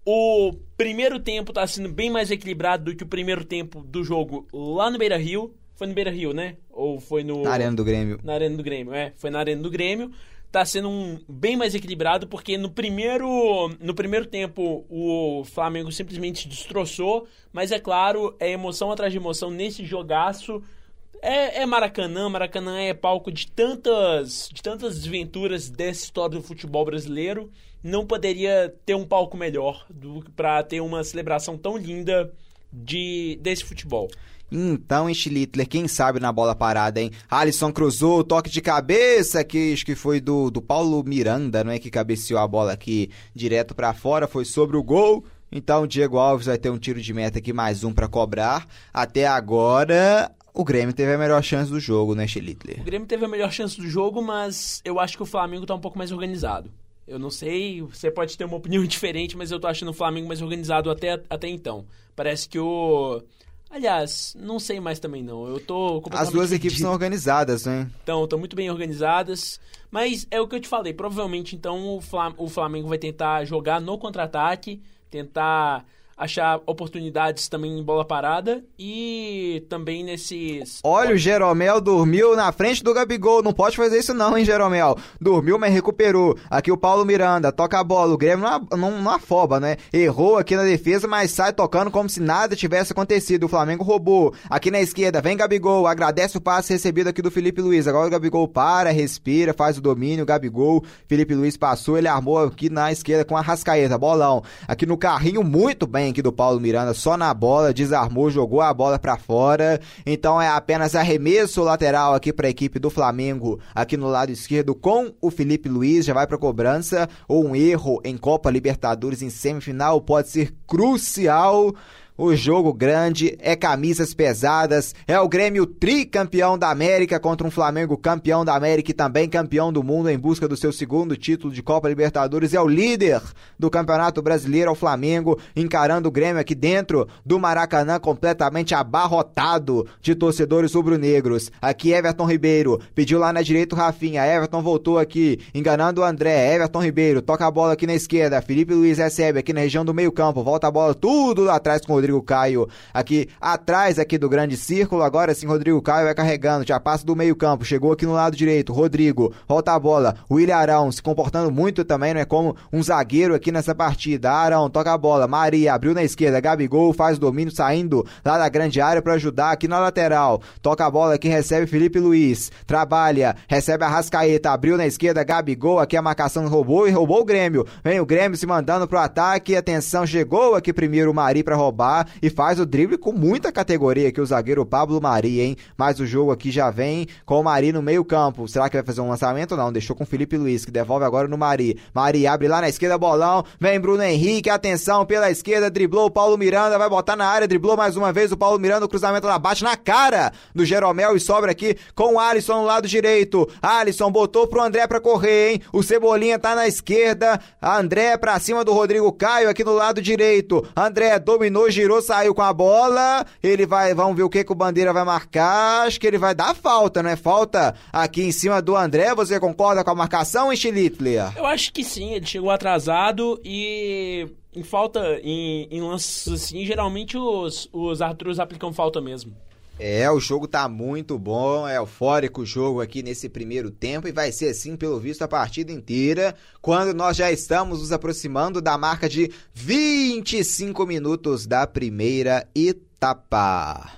o primeiro tempo tá sendo bem mais equilibrado do que o primeiro tempo do jogo lá no Beira-Rio. Foi no Beira-Rio, né? Ou foi no... Na Arena do Grêmio. Na Arena do Grêmio, é. Foi na Arena do Grêmio. Tá sendo um bem mais equilibrado, porque no primeiro, no primeiro tempo o Flamengo simplesmente destroçou, mas é claro, é emoção atrás de emoção nesse jogaço. É, é Maracanã, Maracanã é palco de tantas, de tantas desventuras dessa história do futebol brasileiro. Não poderia ter um palco melhor do, pra ter uma celebração tão linda de, desse futebol. Então, em Schlittler, quem sabe na bola parada, hein? Alisson cruzou, toque de cabeça, que acho que foi do, do Paulo Miranda, não é? Que cabeceou a bola aqui direto pra fora, foi sobre o gol. Então, o Diego Alves vai ter um tiro de meta aqui, mais um pra cobrar. Até agora, o Grêmio teve a melhor chance do jogo, né, Schlittler? O Grêmio teve a melhor chance do jogo, mas eu acho que o Flamengo tá um pouco mais organizado. Eu não sei, você pode ter uma opinião diferente, mas eu tô achando o Flamengo mais organizado até, até então. Parece que o... Aliás, não sei mais também não, eu tô completamente... As duas equipes perdido. são organizadas, né? Então, estão muito bem organizadas, mas é o que eu te falei, provavelmente então o Flamengo vai tentar jogar no contra-ataque, tentar achar oportunidades também em bola parada e também nesses... Olha, o Jeromel dormiu na frente do Gabigol, não pode fazer isso não, hein, Jeromel? Dormiu, mas recuperou. Aqui o Paulo Miranda, toca a bola, o Grêmio não, não, não afoba, né? Errou aqui na defesa, mas sai tocando como se nada tivesse acontecido. O Flamengo roubou. Aqui na esquerda, vem Gabigol, agradece o passe recebido aqui do Felipe Luiz. Agora o Gabigol para, respira, faz o domínio, Gabigol, Felipe Luiz passou, ele armou aqui na esquerda com a Arrascaeta, bolão. Aqui no carrinho, muito bem bem aqui do Paulo Miranda, só na bola, desarmou, jogou a bola pra fora. Então é apenas arremesso lateral aqui pra equipe do Flamengo, aqui no lado esquerdo com o Felipe Luiz, já vai pra cobrança. Ou um erro em Copa Libertadores em semifinal pode ser crucial. O jogo grande, é camisas pesadas, é o Grêmio tricampeão da América contra um Flamengo campeão da América e também campeão do mundo em busca do seu segundo título de Copa Libertadores. É o líder do Campeonato Brasileiro, é o Flamengo, encarando o Grêmio aqui dentro do Maracanã, completamente abarrotado de torcedores rubro-negros. Aqui Everton Ribeiro, pediu lá na direita o Rafinha, Everton voltou aqui, enganando o André, Everton Ribeiro, toca a bola aqui na esquerda, Felipe Luiz recebe aqui na região do meio campo, volta a bola tudo lá atrás com o Rodrigo Caio, aqui atrás aqui do grande círculo, agora sim Rodrigo Caio vai carregando, já passa do meio campo, chegou aqui no lado direito, Rodrigo, volta a bola, William Arão se comportando muito também, não é como um zagueiro aqui nessa partida, Arão toca a bola, Maria abriu na esquerda, Gabigol faz o domínio saindo lá da grande área para ajudar aqui na lateral, toca a bola aqui, recebe Felipe Luiz, trabalha, recebe a Arrascaeta, abriu na esquerda, Gabigol, aqui a marcação roubou e roubou o Grêmio, vem o Grêmio se mandando pro ataque, atenção, chegou aqui primeiro o Mari para roubar e faz o drible com muita categoria aqui o zagueiro Pablo Mari, hein? Mas o jogo aqui já vem com o Mari no meio campo. Será que vai fazer um lançamento? Não, deixou com o Felipe Luiz, que devolve agora no Mari. Mari abre lá na esquerda, bolão, vem Bruno Henrique, atenção pela esquerda, driblou o Paulo Miranda, vai botar na área, driblou mais uma vez o Paulo Miranda, o cruzamento lá bate na cara do Jeromel e sobra aqui com o Alisson no lado direito. Alisson botou pro André pra correr, hein? O Cebolinha tá na esquerda, André pra cima do Rodrigo Caio aqui no lado direito. André dominou, girou, saiu com a bola, ele vai, vamos ver o que que o Bandeira vai marcar, acho que ele vai dar falta, não é falta aqui em cima do André, você concorda com a marcação, Schlittler? Eu acho que sim, ele chegou atrasado e em falta, em, em lances assim, geralmente os, os árbitros aplicam falta mesmo. É, o jogo tá muito bom, é eufórico o jogo aqui nesse primeiro tempo e vai ser assim, pelo visto, a partida inteira, quando nós já estamos nos aproximando da marca de vinte e cinco minutos da primeira etapa.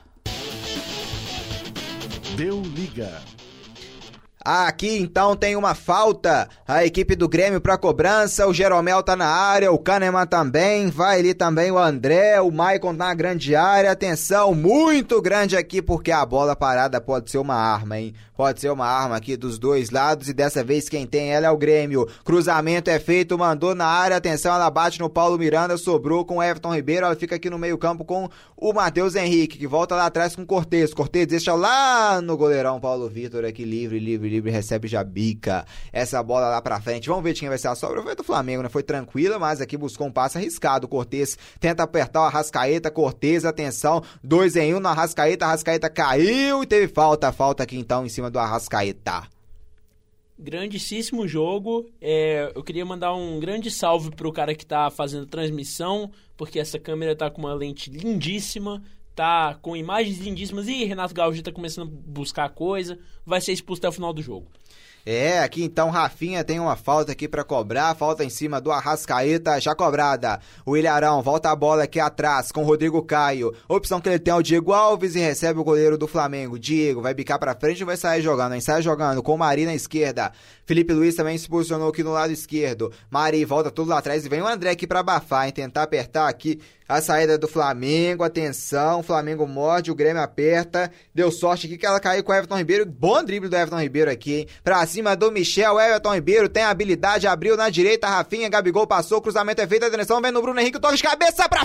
Deu liga. Aqui então tem uma falta, a equipe do Grêmio para cobrança, o Jeromel tá na área, o Kahneman também, vai ali também o André, o Maicon na grande área, atenção, muito grande aqui porque a bola parada pode ser uma arma, hein? Pode ser uma arma aqui dos dois lados e dessa vez quem tem ela é o Grêmio. Cruzamento é feito, mandou na área, atenção, ela bate no Paulo Miranda, sobrou com o Everton Ribeiro, ela fica aqui no meio campo com o Matheus Henrique, que volta lá atrás com o Cortez, Cortez deixa lá no goleirão Paulo Vitor aqui livre, livre, livre, recebe já bica essa bola lá pra frente. Vamos ver de quem vai ser a sobra. Foi do Flamengo, né? Foi tranquila, mas aqui buscou um passe arriscado. O Cortez tenta apertar o Arrascaeta, Cortez, atenção, dois em um no Arrascaeta, Arrascaeta caiu e teve falta, falta aqui então em cima do Arrascaeta. Grandíssimo jogo, é, eu queria mandar um grande salve pro cara que tá fazendo transmissão, porque essa câmera tá com uma lente lindíssima, tá com imagens lindíssimas, e Renato Gaúcho tá começando a buscar coisa, vai ser expulso até o final do jogo. É, aqui então Rafinha tem uma falta aqui pra cobrar, falta em cima do Arrascaeta, já cobrada. O Ilharão volta a bola aqui atrás com o Rodrigo Caio. Opção que ele tem é o Diego Alves e recebe o goleiro do Flamengo. Diego vai bicar pra frente e vai sair jogando, hein? Sai jogando com o Mari na esquerda. Felipe Luiz também se posicionou aqui no lado esquerdo. Mari volta tudo lá atrás e vem o André aqui pra abafar, hein? Tentar apertar aqui a saída do Flamengo, atenção, o Flamengo morde, o Grêmio aperta, deu sorte aqui que ela caiu com o Everton Ribeiro, bom drible do Everton Ribeiro aqui, hein? Pra cima do Michel, Everton Ribeiro tem habilidade, abriu na direita, Rafinha, Gabigol passou, cruzamento é feito, atenção, vem no Bruno Henrique, toque de cabeça pra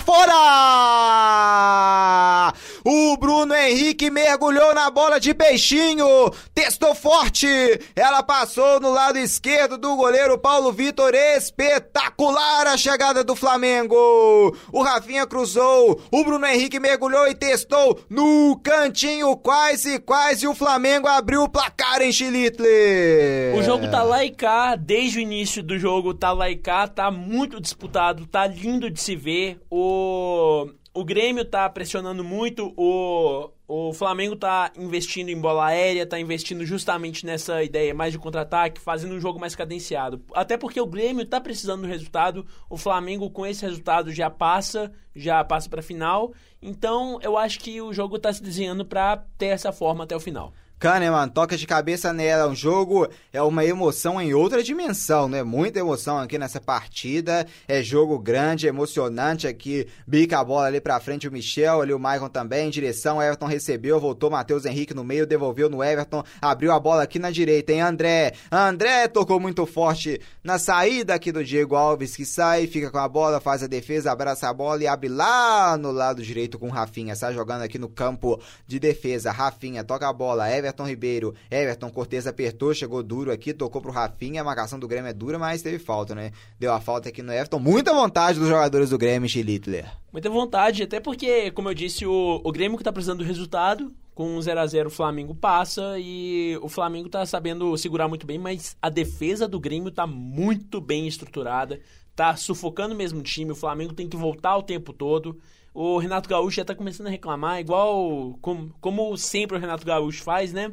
fora! O Bruno Henrique mergulhou na bola de peixinho, testou forte, ela passou no lado esquerdo do goleiro Paulo Vitor, espetacular a chegada do Flamengo, o Rafinha cruzou, o Bruno Henrique mergulhou e testou no cantinho, quase, quase o Flamengo abriu o placar em Schlittler. O jogo tá lá e cá, desde o início do jogo tá lá e cá, tá muito disputado, tá lindo de se ver, o, o Grêmio tá pressionando muito, o, o Flamengo tá investindo em bola aérea, tá investindo justamente nessa ideia mais de contra-ataque, fazendo um jogo mais cadenciado, até porque o Grêmio tá precisando do resultado, o Flamengo com esse resultado já passa, já passa pra final, Então, eu acho que o jogo tá se desenhando pra ter essa forma até o final. Kahneman, toca de cabeça nela, um jogo é uma emoção em outra dimensão, né? Muita emoção aqui nessa partida, é jogo grande, emocionante aqui, bica a bola ali pra frente o Michel, ali o Maicon também, em direção, Everton recebeu, voltou Matheus Henrique no meio, devolveu no Everton, abriu a bola aqui na direita, hein, André, André tocou muito forte na saída aqui do Diego Alves, que sai, fica com a bola, faz a defesa, abraça a bola e abre lá no lado direito com o Rafinha, sai jogando aqui no campo de defesa, Rafinha toca a bola, Everton Everton Ribeiro, Everton Cortez apertou, chegou duro aqui, tocou pro Rafinha, a marcação do Grêmio é dura, mas teve falta, né? Deu a falta aqui no Everton, muita vontade dos jogadores do Grêmio, Schlittler. Muita vontade, até porque, como eu disse, o, o Grêmio que tá precisando do resultado, com um zero a zero o Flamengo passa e o Flamengo tá sabendo segurar muito bem, mas a defesa do Grêmio tá muito bem estruturada, tá sufocando mesmo o time, o Flamengo tem que voltar o tempo todo. O Renato Gaúcho já tá começando a reclamar, igual como, como sempre o Renato Gaúcho faz, né?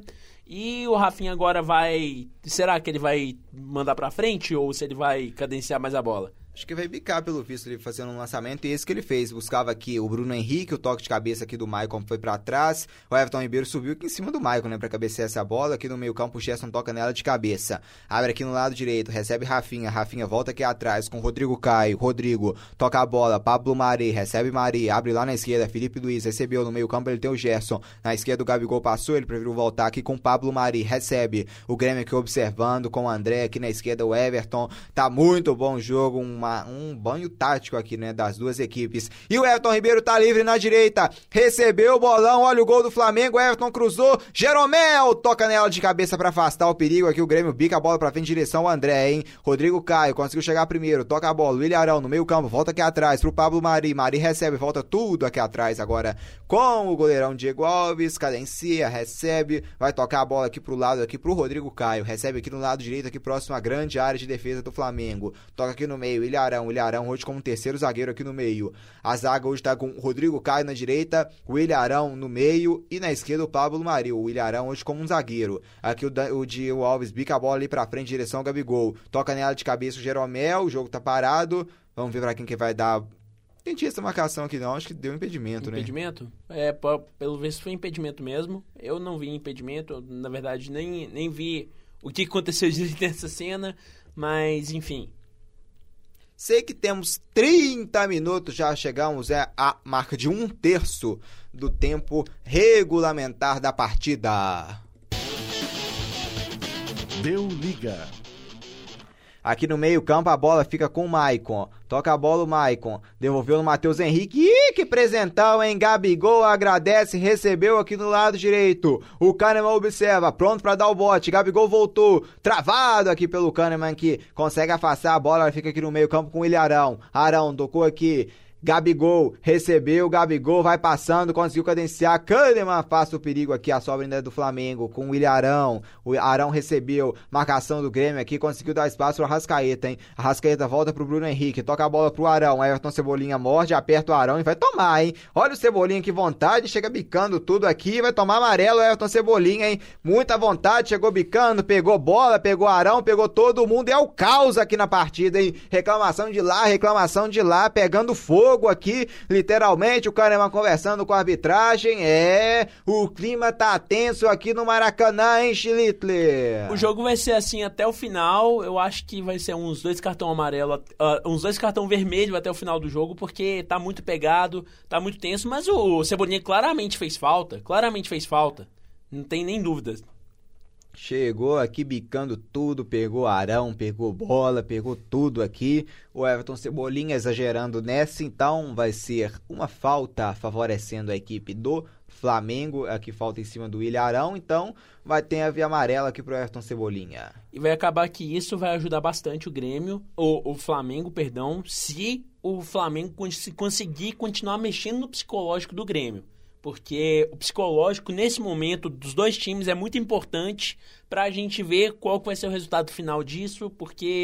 E o Rafinha agora vai... Será que ele vai mandar pra frente ou se ele vai cadenciar mais a bola? Acho que vai bicar pelo visto ele fazendo um lançamento, e esse que ele fez, buscava aqui o Bruno Henrique, o toque de cabeça aqui do Maicon foi pra trás, o Everton Ribeiro subiu aqui em cima do Maicon, né, pra cabecear essa bola, aqui no meio campo o Gerson toca nela de cabeça, abre aqui no lado direito, recebe Rafinha, Rafinha volta aqui atrás com o Rodrigo Caio, Rodrigo toca a bola, Pablo Mari, recebe Mari, abre lá na esquerda, Felipe Luiz recebeu no meio campo, ele tem o Gerson, na esquerda o Gabigol passou, ele preferiu voltar aqui com o Pablo Mari, recebe o Grêmio aqui observando com o André, aqui na esquerda o Everton, tá muito bom o jogo, uma, um banho tático aqui, né, das duas equipes. E o Everton Ribeiro tá livre na direita, recebeu o bolão, olha o gol do Flamengo, Everton cruzou, Jeromel toca nela de cabeça pra afastar o perigo, aqui o Grêmio bica a bola pra frente em direção ao André, hein, Rodrigo Caio conseguiu chegar primeiro, toca a bola, o William Arão no meio campo, volta aqui atrás pro Pablo Mari, Mari recebe, volta tudo aqui atrás agora com o goleirão Diego Alves, cadencia, recebe, vai tocar a bola aqui pro lado, aqui pro Rodrigo Caio, recebe aqui no lado direito, aqui próximo à grande área de defesa do Flamengo, toca aqui no meio, William Arão, William Arão hoje como terceiro zagueiro aqui no meio. A zaga hoje tá com o Rodrigo Caio na direita, o William Arão no meio e na esquerda o Pablo Mari. O William Arão hoje como um zagueiro. Aqui o, o Diego Alves bica a bola ali pra frente em direção ao Gabigol. Toca nela de cabeça o Jeromel, o jogo tá parado. Vamos ver pra quem que vai dar... Entendi essa marcação aqui não, acho que deu impedimento, impedimento? né? Impedimento? É, p- pelo visto foi impedimento mesmo. Eu não vi impedimento, na verdade nem, nem vi o que aconteceu nessa cena, mas enfim... Sei que temos trinta minutos, já chegamos é, à marca de um terço do tempo regulamentar da partida. Deu liga. Aqui no meio campo a bola fica com o Maicon. Toca a bola o Maicon. Devolveu no Matheus Henrique. Ih, que presentão, hein? Gabigol agradece, recebeu aqui no lado direito. O Kahneman observa, pronto pra dar o bote. Gabigol voltou, travado aqui pelo Kahneman que consegue afastar a bola. Ela fica aqui no meio campo com o William Arão. Arão tocou aqui. Gabigol, recebeu, Gabigol vai passando, conseguiu cadenciar, Kahneman afasta o perigo aqui, a sobra ainda é do Flamengo, com o William Arão, o Arão recebeu, marcação do Grêmio aqui, conseguiu dar espaço pro Arrascaeta, hein, Arrascaeta volta pro Bruno Henrique, toca a bola pro Arão, Everton Cebolinha morde, aperta o Arão e vai tomar, hein, olha o Cebolinha, que vontade, chega bicando tudo aqui, vai tomar amarelo, Everton Cebolinha, hein, muita vontade, chegou bicando, pegou bola, pegou Arão, pegou todo mundo, é o caos aqui na partida, hein, reclamação de lá, reclamação de lá, pegando fogo, aqui, literalmente, o Kahneman conversando com a arbitragem, é, o clima tá tenso aqui no Maracanã, hein, Schlittler? O jogo vai ser assim até o final, eu acho que vai ser uns dois cartão amarelo, uh, uns dois cartão vermelho até o final do jogo, porque tá muito pegado, tá muito tenso, mas o Cebolinha claramente fez falta, claramente fez falta, não tem nem dúvidas. Chegou aqui bicando tudo, pegou Arão, pegou bola, pegou tudo aqui. O Everton Cebolinha exagerando nessa, então vai ser uma falta favorecendo a equipe do Flamengo. Aqui falta em cima do William Arão, então vai ter a via amarela aqui pro Everton Cebolinha. E vai acabar que isso vai ajudar bastante o Grêmio, o, o Flamengo, perdão, se o Flamengo conseguir continuar mexendo no psicológico do Grêmio. Porque o psicológico, nesse momento, dos dois times é muito importante pra gente ver qual vai ser o resultado final disso, porque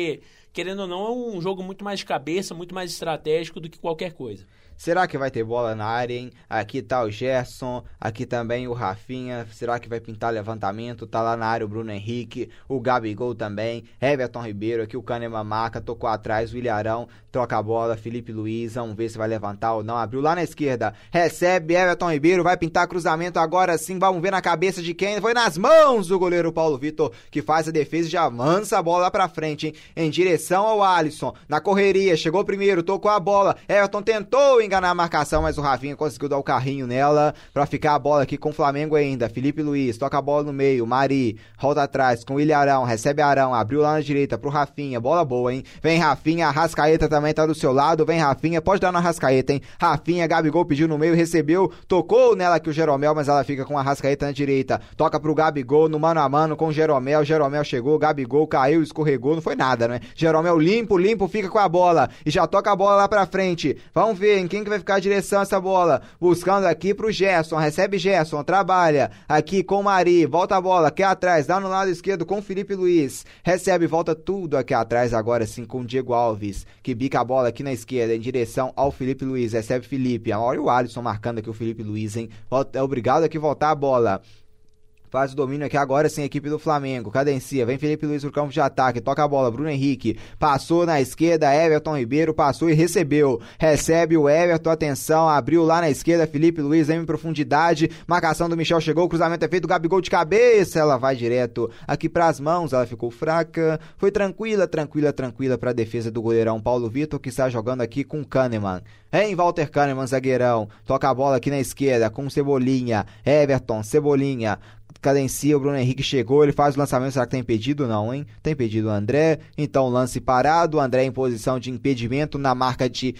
querendo ou não, é um jogo muito mais de cabeça, muito mais estratégico do que qualquer coisa. Será que vai ter bola na área, hein? Aqui tá o Gerson, aqui também o Rafinha. Será que vai pintar levantamento? Tá lá na área o Bruno Henrique, o Gabigol também, Everton Ribeiro, aqui o Kahneman marca, tocou atrás, o Ilharão troca a bola, Felipe Luiz, vamos ver se vai levantar ou não. Abriu lá na esquerda, recebe Everton Ribeiro, vai pintar cruzamento agora sim, vamos ver na cabeça de quem? Foi nas mãos do goleiro Paulo Vitor, que faz a defesa e já avança a bola lá pra frente, hein? Em direção ao Alisson, na correria, chegou primeiro, tocou a bola, Everton tentou enganar a marcação, mas o Rafinha conseguiu dar o carrinho nela pra ficar a bola aqui com o Flamengo ainda. Felipe Luiz toca a bola no meio, Mari volta atrás com o William Arão, recebe Arão, abriu lá na direita pro Rafinha, bola boa, hein? Vem Rafinha, Arrascaeta também tá do seu lado, vem Rafinha, pode dar na Arrascaeta, hein? Rafinha, Gabigol pediu no meio, recebeu, tocou nela aqui o Jeromel, mas ela fica com a Arrascaeta na direita, toca pro Gabigol no mano a mano com o Jeromel, Jeromel chegou, Gabigol caiu, escorregou, não foi nada, né? Jeromel limpo, limpo, fica com a bola e já toca a bola lá pra frente. Vamos ver em quem que vai ficar a direção essa bola, buscando aqui pro Gerson, recebe Gerson, trabalha aqui com o Mari, volta a bola aqui atrás, dá no lado esquerdo com o Felipe Luiz, recebe, volta tudo aqui atrás agora sim com o Diego Alves, que bica a bola aqui na esquerda em direção ao Felipe Luiz, recebe Felipe, olha o Alisson marcando aqui o Felipe Luiz, hein, é obrigado aqui voltar a bola. Faz o domínio aqui agora sem a equipe do Flamengo. Cadencia, vem Felipe Luiz pro campo de ataque. Toca a bola, Bruno Henrique. Passou na esquerda, Everton Ribeiro. Passou e recebeu. Recebe o Everton, atenção. Abriu lá na esquerda, Felipe Luiz. Vem em profundidade. Marcação do Michel chegou. O cruzamento é feito. Gabigol de cabeça. Ela vai direto aqui pras mãos. Ela ficou fraca. Foi tranquila, tranquila, tranquila pra defesa do goleirão Paulo Vitor, que está jogando aqui com o Kahneman. Em Walter Kahneman, zagueirão. Toca a bola aqui na esquerda com o Cebolinha. Everton, Cebolinha. Cadencia, o Bruno Henrique chegou, ele faz o lançamento, será que tá impedido? Não, hein? Tá impedido o André, então lance parado, o André em posição de impedimento na marca de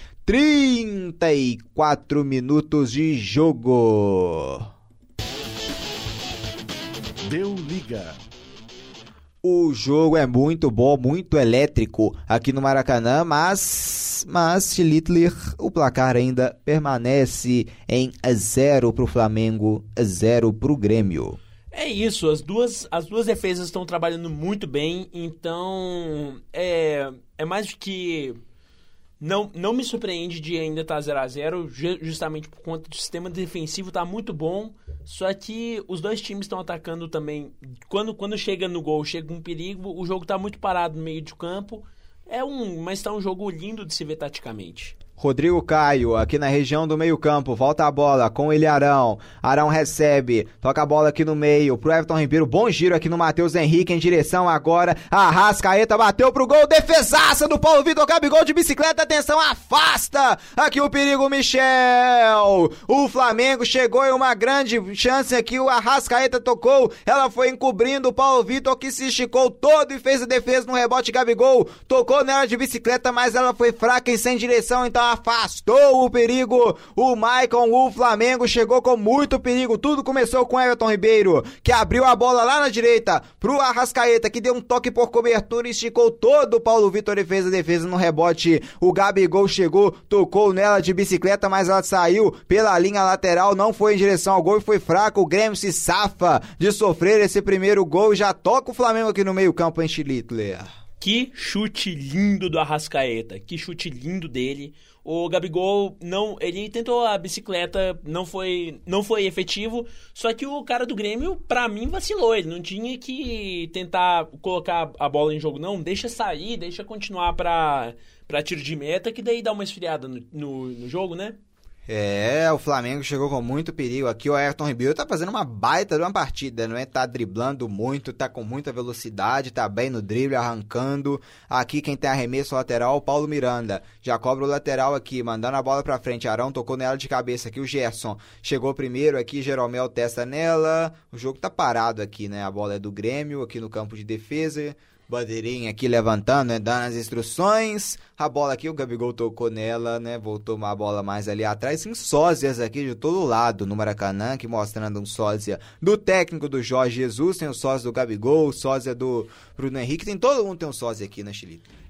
trinta e quatro minutos de jogo. Deu liga. O jogo é muito bom, muito elétrico aqui no Maracanã, mas, mas Schlittler, o placar ainda permanece em zero pro Flamengo, zero pro Grêmio. É isso, as duas, as duas defesas estão trabalhando muito bem, então é, é mais do que... Não, não me surpreende de ainda estar zero a zero, justamente por conta do sistema defensivo tá muito bom, só que os dois times estão atacando também. Quando, quando chega no gol, chega um perigo, o jogo tá muito parado no meio de campo, é um, mas tá um jogo lindo de se ver taticamente. Rodrigo Caio, aqui na região do meio campo, volta a bola com ele Arão, Arão recebe, toca a bola aqui no meio, pro Everton Ribeiro, bom giro aqui no Matheus Henrique, em direção agora, Arrascaeta bateu pro gol, defesaça do Paulo Vitor, Gabigol de bicicleta, atenção, afasta, aqui o perigo Michel, o Flamengo chegou em uma grande chance aqui, o Arrascaeta tocou, ela foi encobrindo o Paulo Vitor, que se esticou todo e fez a defesa no rebote, Gabigol tocou nela de bicicleta, mas ela foi fraca e sem direção, então afastou o perigo, o Maicon, o Flamengo chegou com muito perigo, tudo começou com Everton Ribeiro, que abriu a bola lá na direita pro Arrascaeta, que deu um toque por cobertura e esticou todo o Paulo Vitor e fez a defesa no rebote, o Gabigol chegou, tocou nela de bicicleta, mas ela saiu pela linha lateral, não foi em direção ao gol e foi fraco, o Grêmio se safa de sofrer esse primeiro gol e já toca o Flamengo aqui no meio campo em Schlittler. Que chute lindo do Arrascaeta, que chute lindo dele. O Gabigol, não, ele tentou a bicicleta, não foi, não foi efetivo, só que o cara do Grêmio, pra mim, vacilou. Ele não tinha que tentar colocar a bola em jogo, não. Deixa sair, deixa continuar pra, pra tiro de meta, que daí dá uma esfriada no, no, no jogo, né? É, o Flamengo chegou com muito perigo aqui, o Everton Ribeiro tá fazendo uma baita de uma partida, não é? Tá driblando muito, tá com muita velocidade, tá bem no drible, arrancando. Aqui quem tem arremesso lateral é o Paulo Miranda, já cobra o lateral aqui, mandando a bola pra frente, Arão tocou nela de cabeça aqui, o Gerson chegou primeiro aqui, Jeromel testa nela, o jogo tá parado aqui, né? A bola é do Grêmio, aqui no campo de defesa, bandeirinha aqui levantando, né, dando as instruções, a bola aqui, o Gabigol tocou nela, né, voltou uma bola mais ali atrás, tem sósias aqui de todo lado no Maracanã, que mostrando um sósia do técnico do Jorge Jesus, tem o sósia do Gabigol, o sósia do Bruno Henrique, tem todo mundo tem um sósia aqui na Schlittler.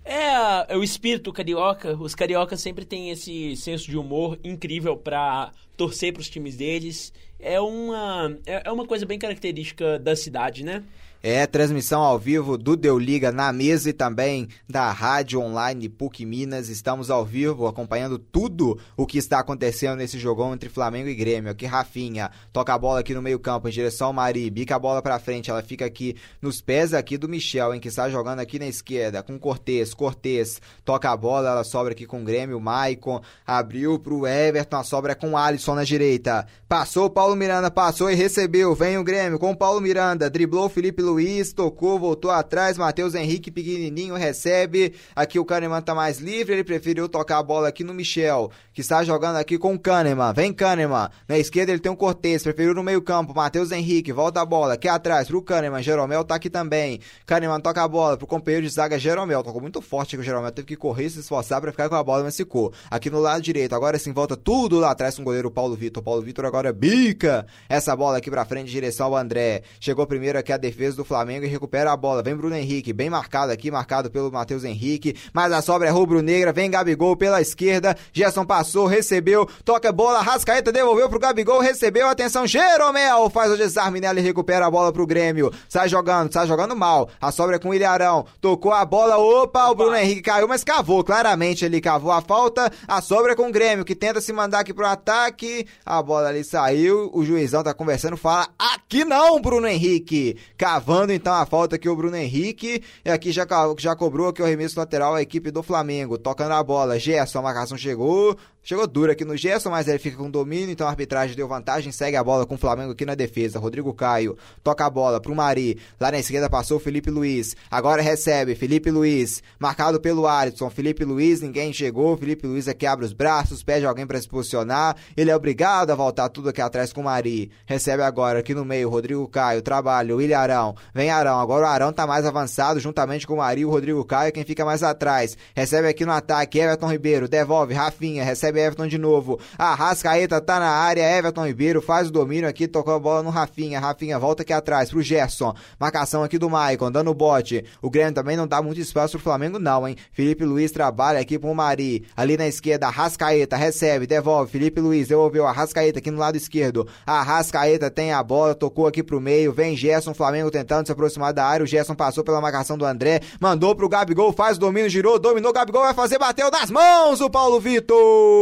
É, é o espírito carioca. Os cariocas sempre têm esse senso de humor incrível pra torcer pros times deles. É uma, é, é uma coisa bem característica da cidade, né? É, transmissão ao vivo do Deu Liga na mesa e também da Rádio Online P U C Minas. Estamos ao vivo acompanhando tudo o que está acontecendo nesse jogão entre Flamengo e Grêmio. Aqui Rafinha toca a bola aqui no meio campo em direção ao Mari, bica a bola pra frente, ela fica aqui nos pés aqui do Michel, hein, que está jogando aqui na esquerda com Cortez. Cortez toca a bola, ela sobra aqui com o Grêmio, o Maicon abriu pro Everton, a sobra é com o Alisson na direita. Passou o Paulo Miranda, passou e recebeu, vem o Grêmio com o Paulo Miranda, driblou o Felipe Luiz, tocou, voltou atrás, Matheus Henrique pequenininho recebe, aqui o Kahneman tá mais livre, ele preferiu tocar a bola aqui no Michel, que está jogando aqui com o Kahneman, vem Kahneman, na esquerda ele tem o Cortez, preferiu no meio campo, Matheus Henrique, volta a bola, aqui atrás pro Kahneman, Jeromel tá aqui também, Kahneman toca a bola pro companheiro de zaga Jeromel, tocou muito forte que o Jeromel teve que correr e se esforçar pra ficar com a bola, mas ficou, aqui no lado direito, agora sim volta tudo lá atrás com o goleiro Paulo Vitor, Paulo Vitor agora bica essa bola aqui pra frente em direção ao André, chegou primeiro aqui a defesa do Flamengo e recupera a bola, vem Bruno Henrique, bem marcado aqui, marcado pelo Matheus Henrique, mas a sobra é rubro-negra, vem Gabigol pela esquerda, Gerson passou, recebeu, toca a bola, Rascaeta devolveu pro Gabigol, recebeu, atenção, Jeromel faz o desarme nela e recupera a bola pro Grêmio, sai jogando, sai jogando mal, a sobra é com o Ilharão, tocou a bola, opa, o Bruno Henrique caiu, mas cavou, claramente ele cavou a falta, a sobra é com o Grêmio, que tenta se mandar aqui pro ataque, a bola ali saiu, o juizão tá conversando, fala, aqui não, Bruno Henrique, cavando então a falta aqui o Bruno Henrique, e aqui já, já cobrou aqui o arremesso lateral a equipe do Flamengo, tocando a bola, Gerson, a marcação chegou, chegou dura aqui no Gerson, mas ele fica com domínio, então a arbitragem deu vantagem, segue a bola com o Flamengo aqui na defesa, Rodrigo Caio, toca a bola pro Mari, lá na esquerda passou o Felipe Luiz, agora recebe, Felipe Luiz, marcado pelo Alisson, Felipe Luiz, ninguém chegou, Felipe Luiz aqui abre os braços, pede alguém pra se posicionar, ele é obrigado a voltar tudo aqui atrás com o Mari, recebe agora aqui no meio, Rodrigo Caio, trabalha, o William Arão, vem Arão, agora o Arão tá mais avançado, juntamente com o Mari, o Rodrigo Caio, quem fica mais atrás, recebe aqui no ataque, Everton Ribeiro, devolve, Rafinha, recebe Everton de novo, a Rascaeta tá na área, Everton Ribeiro faz o domínio aqui, tocou a bola no Rafinha, Rafinha volta aqui atrás pro Gerson, marcação aqui do Maicon, dando o bote, o Grêmio também não dá muito espaço pro Flamengo não, hein, Felipe Luiz trabalha aqui pro Mari, ali na esquerda, a Rascaeta recebe, devolve, Felipe Luiz devolveu a Rascaeta aqui no lado esquerdo, a Rascaeta tem a bola, tocou aqui pro meio, vem Gerson, Flamengo tentando se aproximar da área, o Gerson passou pela marcação do André, mandou pro Gabigol, faz o domínio, girou, dominou, Gabigol vai fazer, bateu nas mãos o Paulo Vitor!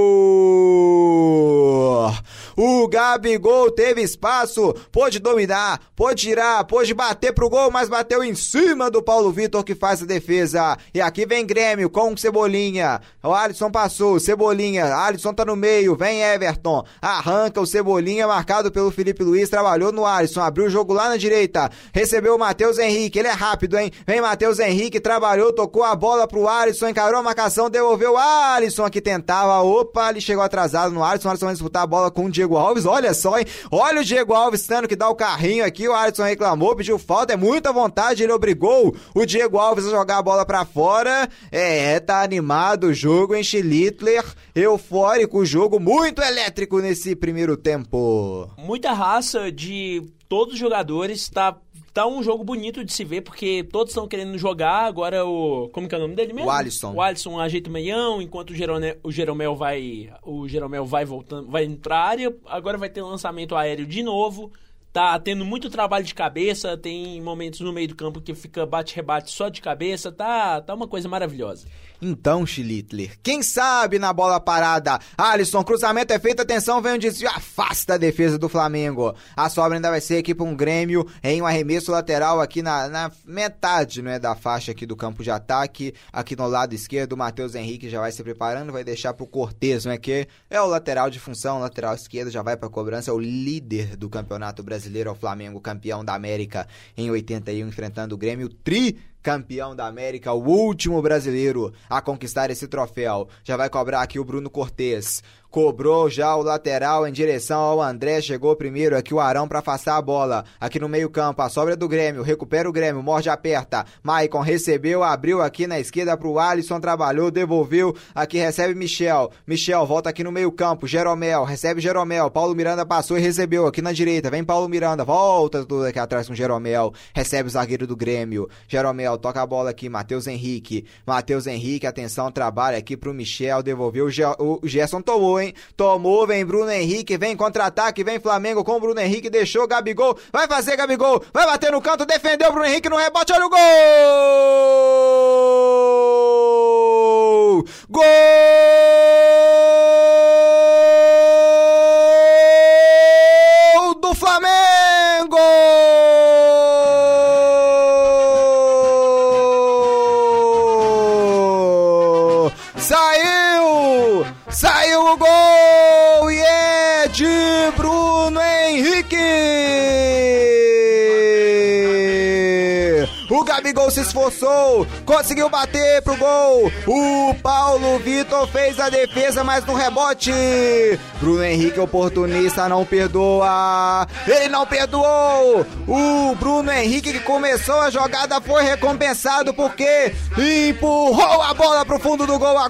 O Gabigol teve espaço, pôde dominar, pôde tirar, pôde bater pro gol, mas bateu em cima do Paulo Vitor que faz a defesa. E aqui vem Grêmio com o Cebolinha. O Alisson passou, Cebolinha, Alisson tá no meio, vem Everton, arranca o Cebolinha, marcado pelo Felipe Luiz, trabalhou no Alisson, abriu o jogo lá na direita, recebeu o Matheus Henrique, ele é rápido, hein? Vem Matheus Henrique, trabalhou, tocou a bola pro Alisson, encarou a marcação, devolveu o Alisson que tentava, opa, ele chegou atrasado no Alisson, o Alisson vai disputar a bola com o Diego Alves, olha só, hein? Olha o Diego Alves tendo que dar o carrinho aqui, o Alisson reclamou, pediu falta, é muita vontade, ele obrigou o Diego Alves a jogar a bola pra fora, é, tá animado o jogo em Schlittler, eufórico o jogo, muito elétrico nesse primeiro tempo. Muita raça de todos os jogadores, tá... Tá um jogo bonito de se ver, porque todos estão querendo jogar, agora o... Como que é o nome dele mesmo? O Alisson. O Alisson ajeita o meião, enquanto o Jeromel, o Jeromel vai... O Jeromel vai voltando, vai indo pra área, agora vai ter lançamento aéreo de novo, tá tendo muito trabalho de cabeça, tem momentos no meio do campo que fica bate-rebate só de cabeça, tá, tá uma coisa maravilhosa. Então, Schlittler, quem sabe na bola parada, Alisson, cruzamento é feito, atenção, vem um desvio, afasta a defesa do Flamengo, a sobra ainda vai ser aqui para um Grêmio, em um arremesso lateral aqui na, na metade, não é, da faixa aqui do campo de ataque, aqui no lado esquerdo, o Matheus Henrique já vai se preparando, vai deixar pro Cortez, não é, que é o lateral de função, lateral esquerdo, já vai pra cobrança, é o líder do Campeonato Brasileiro, é o Flamengo, campeão da América em oitenta e um, enfrentando o Grêmio, tri campeão da América, o último brasileiro a conquistar esse troféu. Já vai cobrar aqui o Bruno Cortez. Cobrou já o lateral em direção ao André, chegou primeiro aqui o Arão para afastar a bola, aqui no meio campo, a sobra do Grêmio, recupera o Grêmio, morde, aperta, Maicon recebeu, abriu aqui na esquerda pro Alisson, trabalhou, devolveu, aqui recebe Michel, Michel volta aqui no meio campo, Jeromel, recebe Jeromel, Paulo Miranda passou e recebeu, aqui na direita, vem Paulo Miranda, volta tudo aqui atrás com Jeromel, recebe o zagueiro do Grêmio, Jeromel Michel, toca a bola aqui, Matheus Henrique, Matheus Henrique, atenção, trabalha aqui pro Michel, devolveu, o, Ge- o Gerson tomou, hein, tomou, vem Bruno Henrique, vem contra-ataque, vem Flamengo com o Bruno Henrique, deixou Gabigol, vai fazer Gabigol, vai bater no canto, defendeu o Bruno Henrique no rebote, olha o gol! Gol! Do Flamengo! Saiu! Saiu o gol! E é de Bruno Henrique! O Gabigol se esforçou, conseguiu bater pro gol. O Paulo Vitor fez a defesa, mas no rebote. Bruno Henrique, oportunista, não perdoa. Ele não perdoou. O Bruno Henrique, que começou a jogada, foi recompensado porque empurrou a bola pro fundo do gol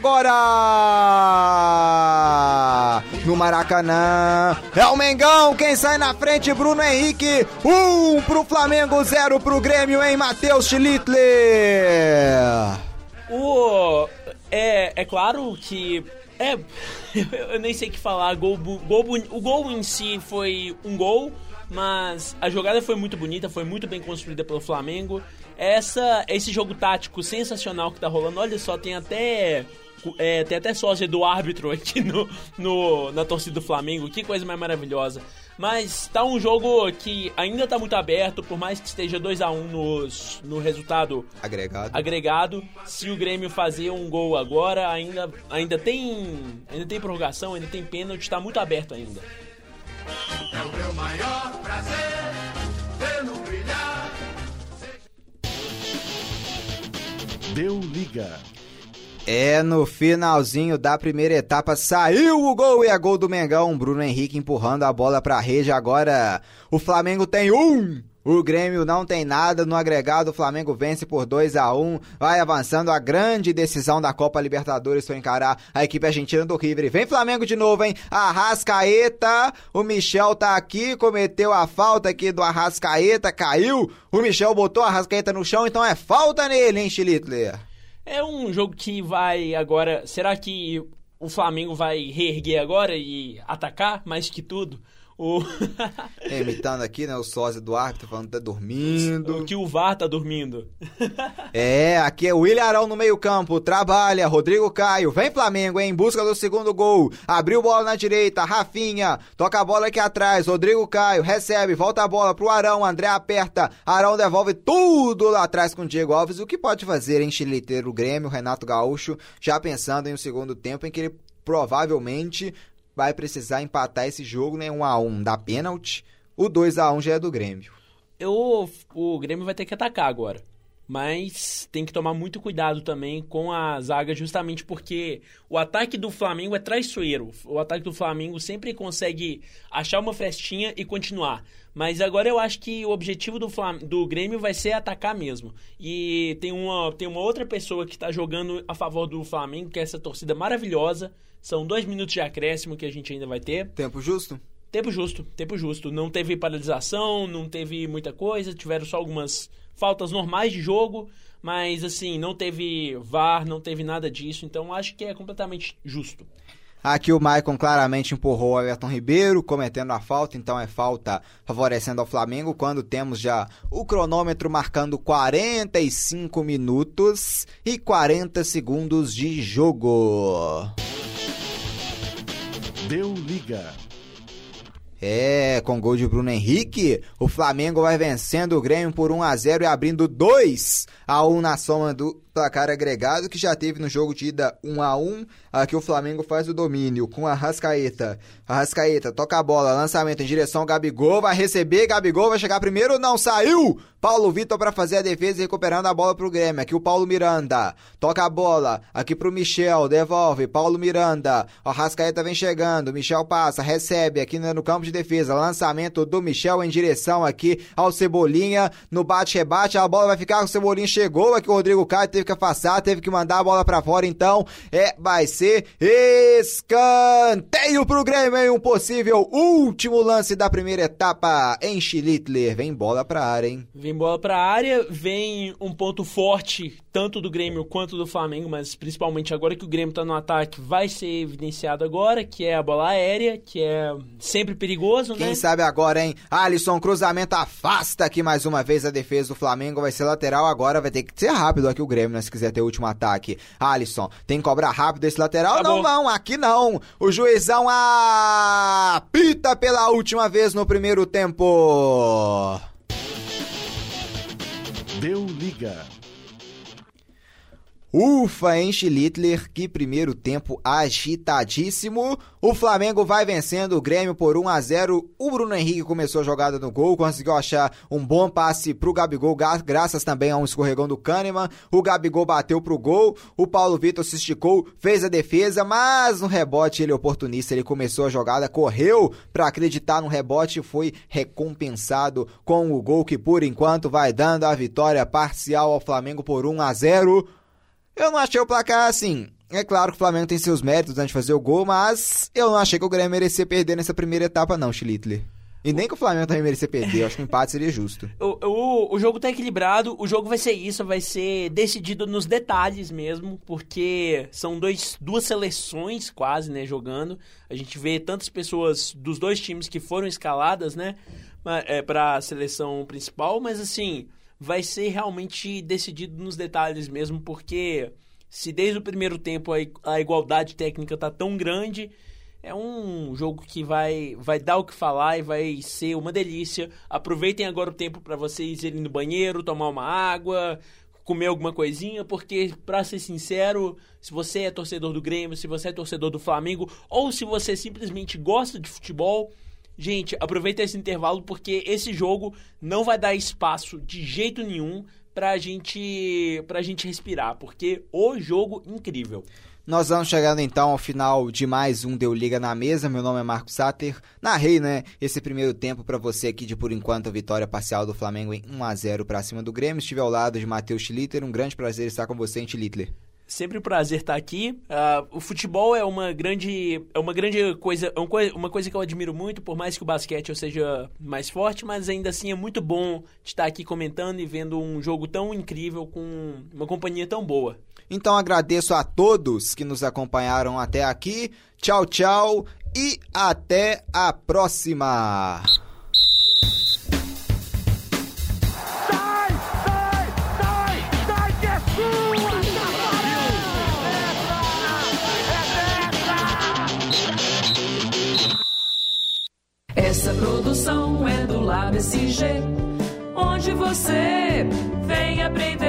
agora. No Maracanã. É o Mengão quem sai na frente, Bruno Henrique. Um pro Flamengo, zero pro Grêmio, hein, Matheus Schlittler. O, é, é claro que... É, eu nem sei o que falar. Gol, gol, o gol em si foi um gol, mas a jogada foi muito bonita, foi muito bem construída pelo Flamengo. Essa, esse jogo tático sensacional que tá rolando, olha só, tem até... É, tem até sósia do árbitro aqui no, no, na torcida do Flamengo, que coisa mais maravilhosa. Mas tá um jogo que ainda tá muito aberto, por mais que esteja dois a um nos, no resultado agregado. agregado. Se o Grêmio fazer um gol agora, ainda, ainda, tem, ainda tem prorrogação, ainda tem pênalti, tá muito aberto ainda. É o meu maior prazer, vê-lo brilhar. Deu liga. É, no finalzinho da primeira etapa saiu o gol e é gol do Mengão. Bruno Henrique empurrando a bola pra rede. Agora o Flamengo tem um. O Grêmio não tem nada. No agregado o Flamengo vence por dois a um. Vai avançando a grande decisão da Copa Libertadores para encarar a equipe argentina do River. Vem Flamengo de novo, hein? Arrascaeta. O Michel tá aqui, cometeu a falta aqui do Arrascaeta, caiu. O Michel botou a Arrascaeta no chão, então é falta nele, hein, Schlittler? É um jogo que vai agora... Será que o Flamengo vai reerguer agora e atacar mais que tudo? O... é, imitando aqui, né, o sósia do árbitro falando que tá dormindo. Que o V A R tá dormindo. É, aqui é o Willian Arão no meio campo, trabalha, Rodrigo Caio, vem Flamengo, hein, em busca do segundo gol, abriu bola na direita, Rafinha, toca a bola aqui atrás, Rodrigo Caio, recebe, volta a bola pro Arão, André aperta, Arão devolve tudo lá atrás com o Diego Alves. O que pode fazer, hein, Schlittler, o Grêmio, Renato Gaúcho, já pensando em um segundo tempo em que ele provavelmente... vai precisar empatar esse jogo, né? um a um da pênalti. O dois a um já é do Grêmio. Eu, o Grêmio vai ter que atacar agora. Mas tem que tomar muito cuidado também com a zaga, justamente porque o ataque do Flamengo é traiçoeiro. O ataque do Flamengo sempre consegue achar uma frestinha e continuar. Mas agora eu acho que o objetivo do, Flam- do Grêmio vai ser atacar mesmo. E tem uma, tem uma outra pessoa que está jogando a favor do Flamengo, que é essa torcida maravilhosa. São dois minutos de acréscimo que a gente ainda vai ter. Tempo justo? Tempo justo, tempo justo. Não teve paralisação, não teve muita coisa, tiveram só algumas faltas normais de jogo, mas assim, não teve V A R, não teve nada disso, então acho que é completamente justo. Aqui o Maicon claramente empurrou o Everton Ribeiro, cometendo a falta, então é falta favorecendo ao Flamengo, quando temos já o cronômetro marcando quarenta e cinco minutos e quarenta segundos de jogo. Deu liga. É, com gol de Bruno Henrique, o Flamengo vai vencendo o Grêmio por um a zero e abrindo dois a um na soma do placar agregado, que já teve no jogo de ida um a um. Aqui o Flamengo faz o domínio com a Arrascaeta. Arrascaeta toca a bola, lançamento em direção ao Gabigol, vai receber, Gabigol vai chegar primeiro, não, saiu! Paulo Vitor para fazer a defesa e recuperando a bola pro Grêmio. Aqui o Paulo Miranda, toca a bola, aqui pro Michel, devolve, Paulo Miranda, o Arrascaeta vem chegando, Michel passa, recebe aqui no campo de defesa, lançamento do Michel em direção aqui ao Cebolinha, no bate-rebate, a bola vai ficar com o Cebolinha, chegou aqui o Rodrigo Caio, teve que afastar, teve que mandar a bola pra fora, então é, vai ser escanteio pro Grêmio em um possível último lance da primeira etapa em Schlittler. Vem bola pra área, hein? Vem bola pra área, vem um ponto forte, tanto do Grêmio quanto do Flamengo, mas principalmente agora que o Grêmio tá no ataque, vai ser evidenciado agora, que é a bola aérea, que é sempre perigoso, né? Quem sabe agora, hein? Alisson, cruzamento afasta aqui mais uma vez a defesa do Flamengo, vai ser lateral agora, vai ter que ser rápido aqui o Grêmio, né, se quiser ter o último ataque. Alisson, tem que cobrar rápido esse lateral? Acabou. Não vão, aqui não. O juizão apita pela última vez no primeiro tempo. Deu liga. Ufa, hein, Schlittler, que primeiro tempo agitadíssimo. O Flamengo vai vencendo o Grêmio por um a zero. O Bruno Henrique começou a jogada no gol, conseguiu achar um bom passe pro Gabigol, graças também a um escorregão do Kahneman. O Gabigol bateu pro gol, o Paulo Vitor se esticou, fez a defesa, mas no rebote ele oportunista, ele começou a jogada, correu pra acreditar no rebote e foi recompensado com o gol que por enquanto vai dando a vitória parcial ao Flamengo por um a zero. Eu não achei o placar assim. É claro que o Flamengo tem seus méritos antes de fazer o gol, mas eu não achei que o Grêmio merecia perder nessa primeira etapa não, Schlittler. E nem que o Flamengo também merecia perder, eu acho que o empate seria justo. O, o, o jogo tá equilibrado, o jogo vai ser isso, vai ser decidido nos detalhes mesmo, porque são dois, duas seleções quase, né, jogando. A gente vê tantas pessoas dos dois times que foram escaladas, né, é, pra seleção principal, mas assim, vai ser realmente decidido nos detalhes mesmo, porque se desde o primeiro tempo a, a igualdade técnica tá tão grande, é um jogo que vai, vai dar o que falar e vai ser uma delícia. Aproveitem agora o tempo para vocês irem no banheiro, tomar uma água, comer alguma coisinha, porque, pra ser sincero, se você é torcedor do Grêmio, se você é torcedor do Flamengo, ou se você simplesmente gosta de futebol, gente, aproveita esse intervalo, porque esse jogo não vai dar espaço de jeito nenhum pra gente, pra gente respirar, porque o jogo incrível. Nós vamos chegando então ao final de mais um Deu Liga na Mesa. Meu nome é Marcos Sater. Narrei, né, esse primeiro tempo pra você aqui de, por enquanto, a vitória parcial do Flamengo em um a zero pra cima do Grêmio. Estive ao lado de Matheus Schlittler. Um grande prazer estar com você, hein, Schlittler. Sempre um prazer estar aqui. Uh, o futebol é uma grande, é uma grande coisa, uma coisa que eu admiro muito, por mais que o basquete eu seja mais forte, mas ainda assim é muito bom de estar aqui comentando e vendo um jogo tão incrível com uma companhia tão boa. Então agradeço a todos que nos acompanharam até aqui. Tchau, tchau e até a próxima! Sai, sai, sai, sai que é sua! Essa produção é do Lab S G, onde você vem aprender.